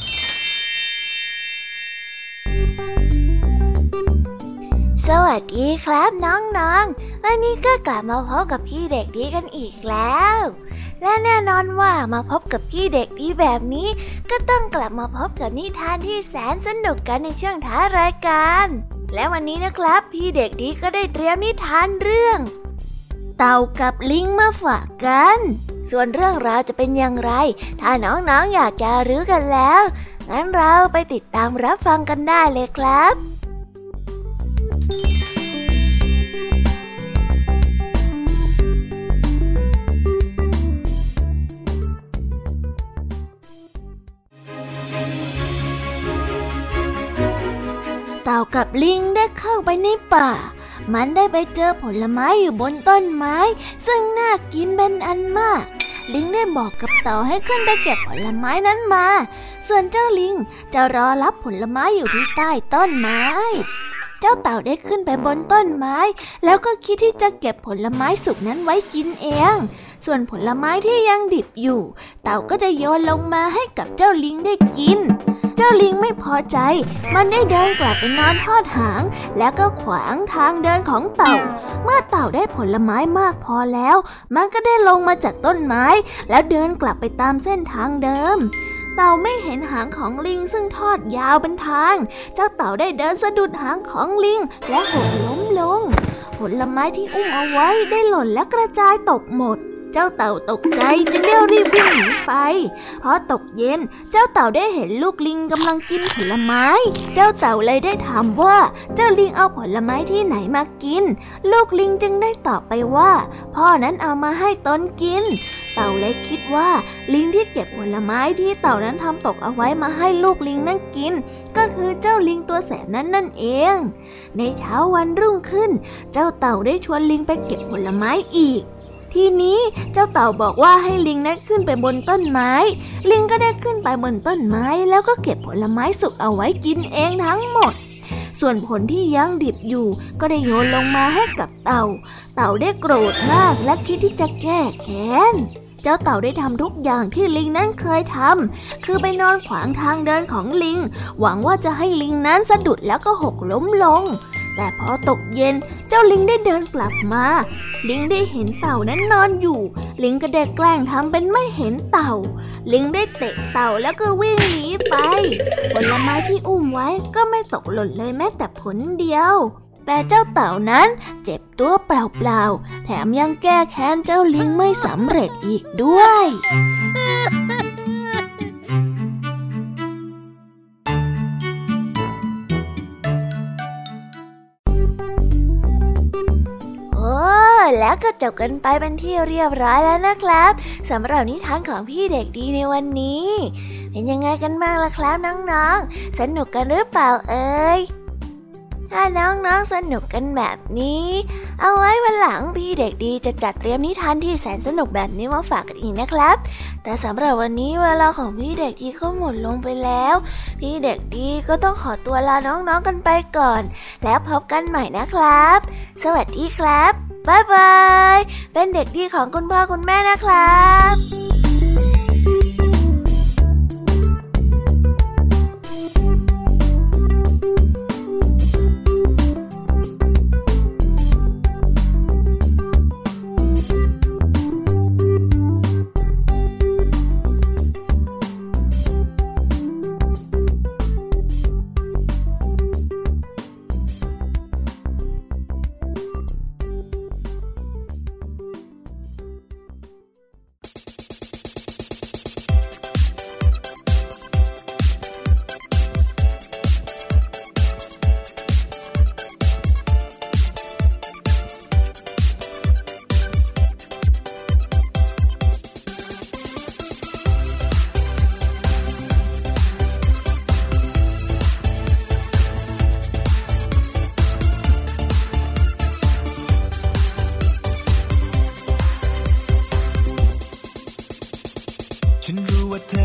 สวัสดีครับน้องๆวันนี้ก็กลับมาพบกับพี่เด็กดีกันอีกแล้วและแน่นอนว่ามาพบกับพี่เด็กดีแบบนี้ก็ต้องกลับมาพบกับนิทานที่แสนสนุกกันในช่วงท้ายรายการและวันนี้นะครับพี่เด็กดีก็ได้เตรียมนิทานเรื่องเต่ากับลิงมาฝากกันส่วนเรื่องราวจะเป็นอย่างไรถ้าน้องๆ อ, อยากจะรู้กันแล้วงั้นเราไปติดตามรับฟังกันได้เลยครับเต่ากับลิงได้เข้าไปในป่ามันได้ไปเจอผลไม้อยู่บนต้นไม้ซึ่งน่ากินเป็นอันมากลิงได้บอกกับเต่าให้ขึ้นไปเก็บผลไม้นั้นมาส่วนเจ้าลิงจะรอรับผลไม้อยู่ที่ใต้ต้นไม้เจ้าเต่าได้ขึ้นไปบนต้นไม้แล้วก็คิดที่จะเก็บผลไม้สุกนั้นไว้กินเองส่วนผลไม้ที่ยังดิบอยู่เต่าก็จะโยนลงมาให้กับเจ้าลิงได้กินเจ้าลิงไม่พอใจมันได้เดินกลับไปนอนทอดหางแล้วก็ขวางทางเดินของเต่าเมื่อเต่าได้ผลไม้มากพอแล้วมันก็ได้ลงมาจากต้นไม้แล้วเดินกลับไปตามเส้นทางเดิมเต่าไม่เห็นหางของลิงซึ่งทอดยาวเป็นทางเจ้าเต่าได้เดินสะดุดหางของลิงและหกล้มลงผลไม้ที่อุ้มเอาไว้ได้หล่นและกระจายตกหมดเจ้าเต่าตกใจจึงได้รีบวิ่งหนีไปพอตกเย็นเจ้าเต่าได้เห็นลูกลิงกำลังกินผลไม้เจ้าเต่าเลยได้ถามว่าเจ้าลิงเอาผลไม้ที่ไหนมากินลูกลิงจึงได้ตอบไปว่าพ่อนั้นเอามาให้ตนกินเต่าเลยคิดว่าลิงที่เก็บผลไม้ที่เต่านั้นทำตกเอาไว้มาให้ลูกลิงนั่นกินก็คือเจ้าลิงตัวแสบนั้นนั่นเองในเช้าวันรุ่งขึ้นเจ้าเต่าได้ชวนลิงไปเก็บผลไม้อีกทีนี้เจ้าเต่าบอกว่าให้ลิงนั้นขึ้นไปบนต้นไม้ลิงก็ได้ขึ้นไปบนต้นไม้แล้วก็เก็บผลไม้สุกเอาไว้กินเองทั้งหมดส่วนผลที่ยังดิบอยู่ก็ได้โยนลงมาให้กับเต่าเต่าได้โกรธมากและคิดที่จะแก้แค้นเจ้าเต่าได้ทำทุกอย่างที่ลิงนั้นเคยทำคือไปนอนขวางทางเดินของลิงหวังว่าจะให้ลิงนั้นสะดุดแล้วก็หกล้มลงแต่พอตกเย็นเจ้าลิงได้เดินกลับมาลิงได้เห็นเต่านั้นนอนอยู่ลิงก็ได้แกล้งทำเป็นไม่เห็นเต่าลิงได้เตะเต่าแล้วก็วิ่งหนีไปผลไม้ที่อุ้มไว้ก็ไม่ตกหล่นเลยแม้แต่ผลเดียวแต่เจ้าเต่านั้นเจ็บตัวเปล่าๆแถมยังแก้แค้นเจ้าลิงไม่สำเร็จอีกด้วยแล้วก็จบกันไปเป็นที่เรียบร้อยแล้วนะครับสำหรับนิทานของพี่เด็กดีในวันนี้เป็นยังไงกันบ้างล่ะครับน้องๆสนุกกันหรือเปล่าเอ่ยถ้าน้องๆสนุกกันแบบนี้เอาไว้วันหลังพี่เด็กดีจะจัดเตรียมนิทานที่แสนสนุกแบบนี้มาฝากกันอีกนะครับแต่สำหรับวันนี้เวลาของพี่เด็กดีก็หมดลงไปแล้วพี่เด็กดีก็ต้องขอตัวลาน้องๆกันไปก่อนแล้วพบกันใหม่นะครับสวัสดีครับบ๊ายบายเป็นเด็กดีของคุณพ่อคุณแม่นะครับ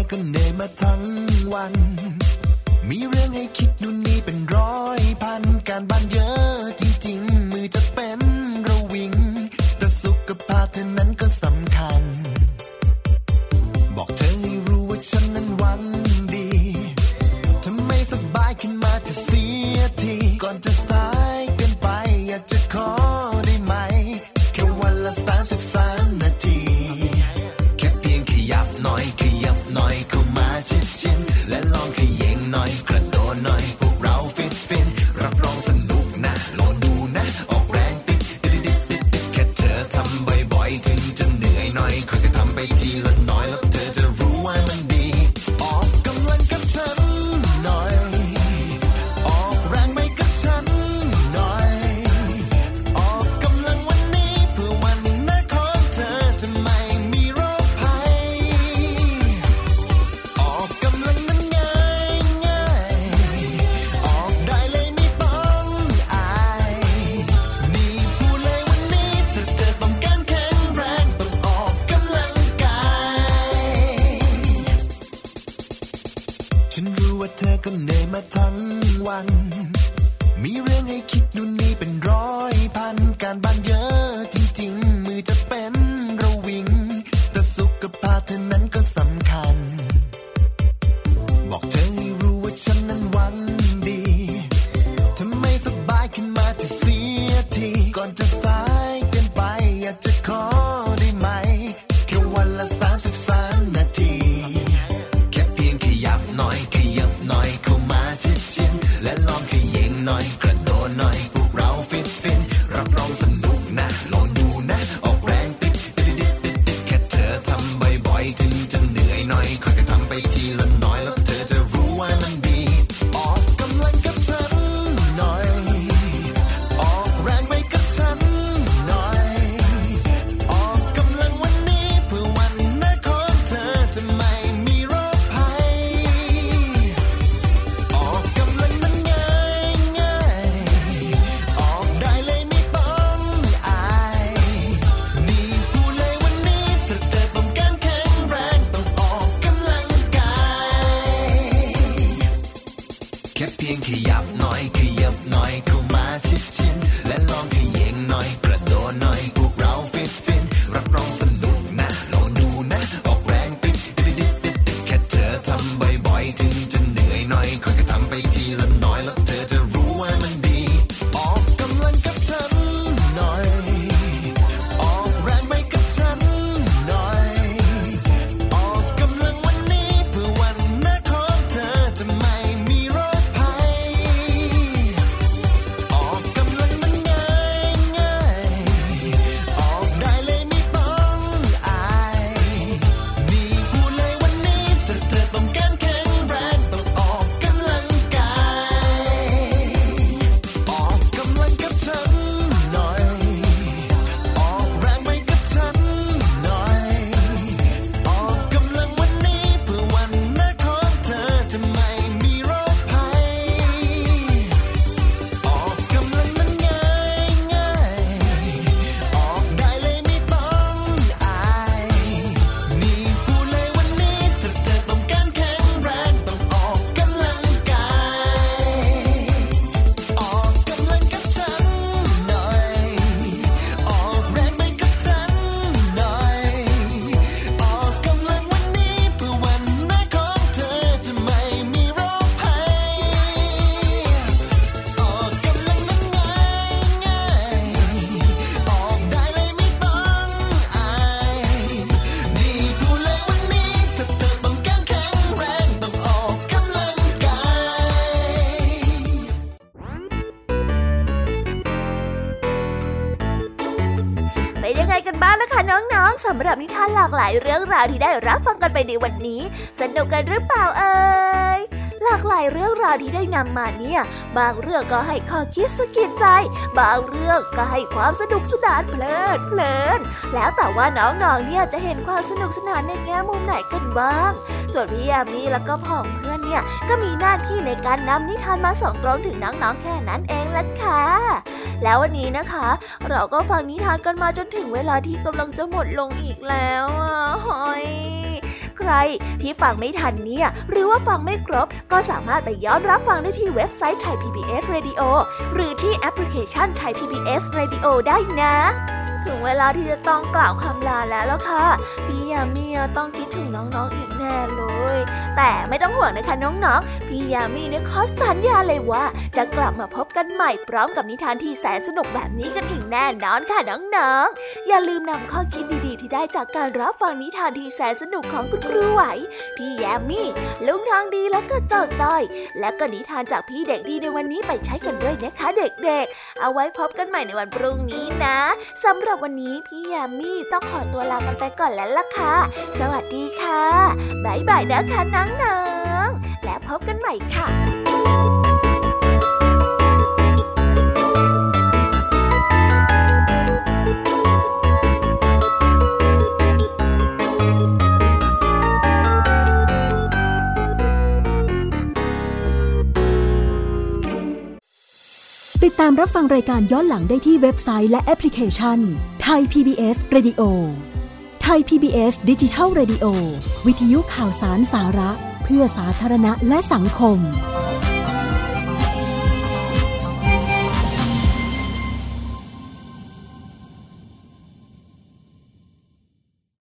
ก็เหนื่อยมาทั้งวันมีเรื่องให้คิดนู่นนี่เป็นร้อยพันการบ้านเยอะจริงๆมือจะเป็นระวิงแต่สุขภาพเธอนั้นก็สำคัญบอกเธอให้รู้ว่าฉันนั้นหวังดีถ้าไม่สบายขึ้นมาจะเสียทีก่อนจะสายเกินไปอยากจะขอได้ไหมแค่วันละสามสิบสามนาทีแค่เพียงขยับหน่อยขยับหน่อยเข้ามาชิดๆและลองขย่งหน่อยกระโดดหน่อยพวกเราฟิตฟินรับรองสนุกนะลองดูนะออกแรงติดติดติดติดติดแค่เธอทำบ่อยๆถึงจะเหนื่อยหน่อยค่อยๆทำไปทีละน้อยแล้วเธอจะรู้ว่ามันดีออกกำลังกับฉันหน่อยออกแรงไปกับฉันหน่อยออกกำลังวันนี้เพื่อวันหน้าของเธอจะไม่มีโรคภัยออกกำลังมันง่ายง่ายออกได้เลยไม่ต้องอายนี่พูดเลยวันนี้ถ้าเธอต้องการแข็งแรงต้องออกกำลังกายฉันรู้ว่าเธอก็เหนื่อยมาทั้งวันมีเรื่องให้คิดนู่นนี่เป็นร้อยพันการบ้านเยอะจริงๆมือจะเป็นระวิงแต่สุขภาพเธอนั้นก็สำคัญบอกเธอให้รู้ว่าฉันนั้นหวังดีถ้าไม่สบายขึ้นมาจะเสียทีก่อนจะสายเกินไปอยากจะขอได้ไหมแค่วันละสามสิบสามนาทีแค่เพียงขยับหน่อยขยับหน่อยเข้ามาชิดๆและลองขย่งหน่อยกระโดดหน่อยพวกเราฟิตฟินรับรองสนุกนะลองดูนะออกแรงติดติดติดติดติดแค่เธอทำบ่อยๆถึงจะเหนื่อยหน่อยค่อยๆทำไปทีละน้อยแล้วเธอจะรู้ว่ามันดีออกกำลังกับฉันหน่อยออกแรงไปกับฉันหน่อยออกกำลังวันนี้เพื่อวันหน้าของเธอจะไม่มีโรคภัยออกกำลังมันง่ายง่ายออกได้เลยไม่ต้องอายนี่พูดเลยวันนี้ถ้าเธอต้องการแข็งแรงต้องออกกำลังกายแค่เพียงขยับหน่อยขยับหน่อยเข้ามาชิดๆและลองขย่งหน่อยกระโดดหน่อยพวกเราฟิตฟินรับรองสนุกนะลองดูนะออกแรงติดติดติดติดติดแค่เธอทำบ่อยๆถึงจะเหนื่อยหน่อยค่อยๆทำไปทีละน้อยแล้วเธอจะรู้ว่ามันดีออกกำลังกับฉันหน่อยออกแรงไปกับฉันหน่อยออกกำลังวันนี้เพื่อวันหน้าของเธอจะไม่มีโรคภัยออกกำลังมันง่ายง่ายออกได้เลยไม่ต้องอายนี่พูดเลยวันนี้ถ้าเธอต้องการแข็งแรงต้องออกกำลังกายออกกำลังกับฉันหน่อยออกแรงไปกับฉันหน่อยออกกำลังวันนี้เพื่อวันหน้าของเธอจะไม่มีโรคภัยออกกำลังมันง่ายง่ายออกได้เลยไม่ต้องอายนี่พูดเลยวันนี้ถ้าเธอต้องการแข็งแรงต้องออกกำลังกายออกกำลังกับฉันหน่อยออกแรงไปกับฉันหน่อยออกกำลังวันนี้เพื่อวันหน้าของเธอจะไม่มีโรคภัยออกกำลังมันง่ายง่ายออกได้เลยไม่ต้องอายนี่พูดเลยวันนี้ถ้าเธอต้องการแข็งแรงต้องออกกำลังกายเป็นยังไงกันบ้างล่ะคะน้องๆสำหรับนิทานหลากหลายเรื่องราวที่ได้รับฟังกันไปในวันนี้สนุกกันหรือเปล่าเอ่ยหลากหลายเรื่องราวที่ได้นำมาเนี่ยบางเรื่องก็ให้ข้อคิดสะกิดใจบางเรื่องก็ให้ความสนุกสนานเพลิดเพลินแล้วแต่ว่าน้องๆเนี่ยจะเห็นความสนุกสนานในแง่มุมไหนกันบ้างส่วนพี่ยามีแล้วก็พ่องเพื่อนเนี่ยก็มีหน้าที่ในการนำนิทานมาส่งตรงถึงน้องๆแค่นั้นเองล่ะค่ะแล้ววันนี้นะคะเราก็ฟังนิทานกันมาจนถึงเวลาที่กำลังจะหมดลงอีกแล้วอ่ะหอยใครที่ฟังไม่ทันเนี่ยหรือว่าฟังไม่ครบก็สามารถไปย้อนรับฟังได้ที่เว็บไซต์ Thai พี บี เอส Radio หรือที่แอปพลิเคชัน Thai พี บี เอส Radio ได้นะถึงเวลาที่จะต้องกล่าวคำลาแล้วล่ะค่ะพี่ยามีต้องคิดถึงน้องๆอีกแน่เลยแต่ไม่ต้องห่วงนะคะน้องๆพี่ยามีเนี่ยขอสัญญาเลยว่าจะกลับมาพบกันใหม่พร้อมกับนิทานที่แสนสนุกแบบนี้กันอีกแน่นอนค่ะน้องๆอย่าลืมนำข้อคิดดีๆที่ได้จากการรับฟังนิทานที่แสนสนุกของคุณครูไหวพี่ยามีลุงทองดีและก็เจ้าจ้อยและก็นิทานจากพี่เด็กดีในวันนี้ไปใช้กันด้วยนะคะเด็กๆเอาไว้พบกันใหม่ในวันพรุ่งนี้นะสำหรับวันนี้พี่ยามีต้องขอตัวลากันไปก่อนแล้วล่ะค่ะสวัสดีค่ะบ๊ายบายนะคะน้องๆและพบกันใหม่ค่ะติดตามรับฟังรายการย้อนหลังได้ที่เว็บไซต์และแอปพลิเคชัน Thai พี บี เอส Radio Thai พี บี เอส Digital Radio วิทยุข่าวสารสาระเพื่อสาธารณะและสังคม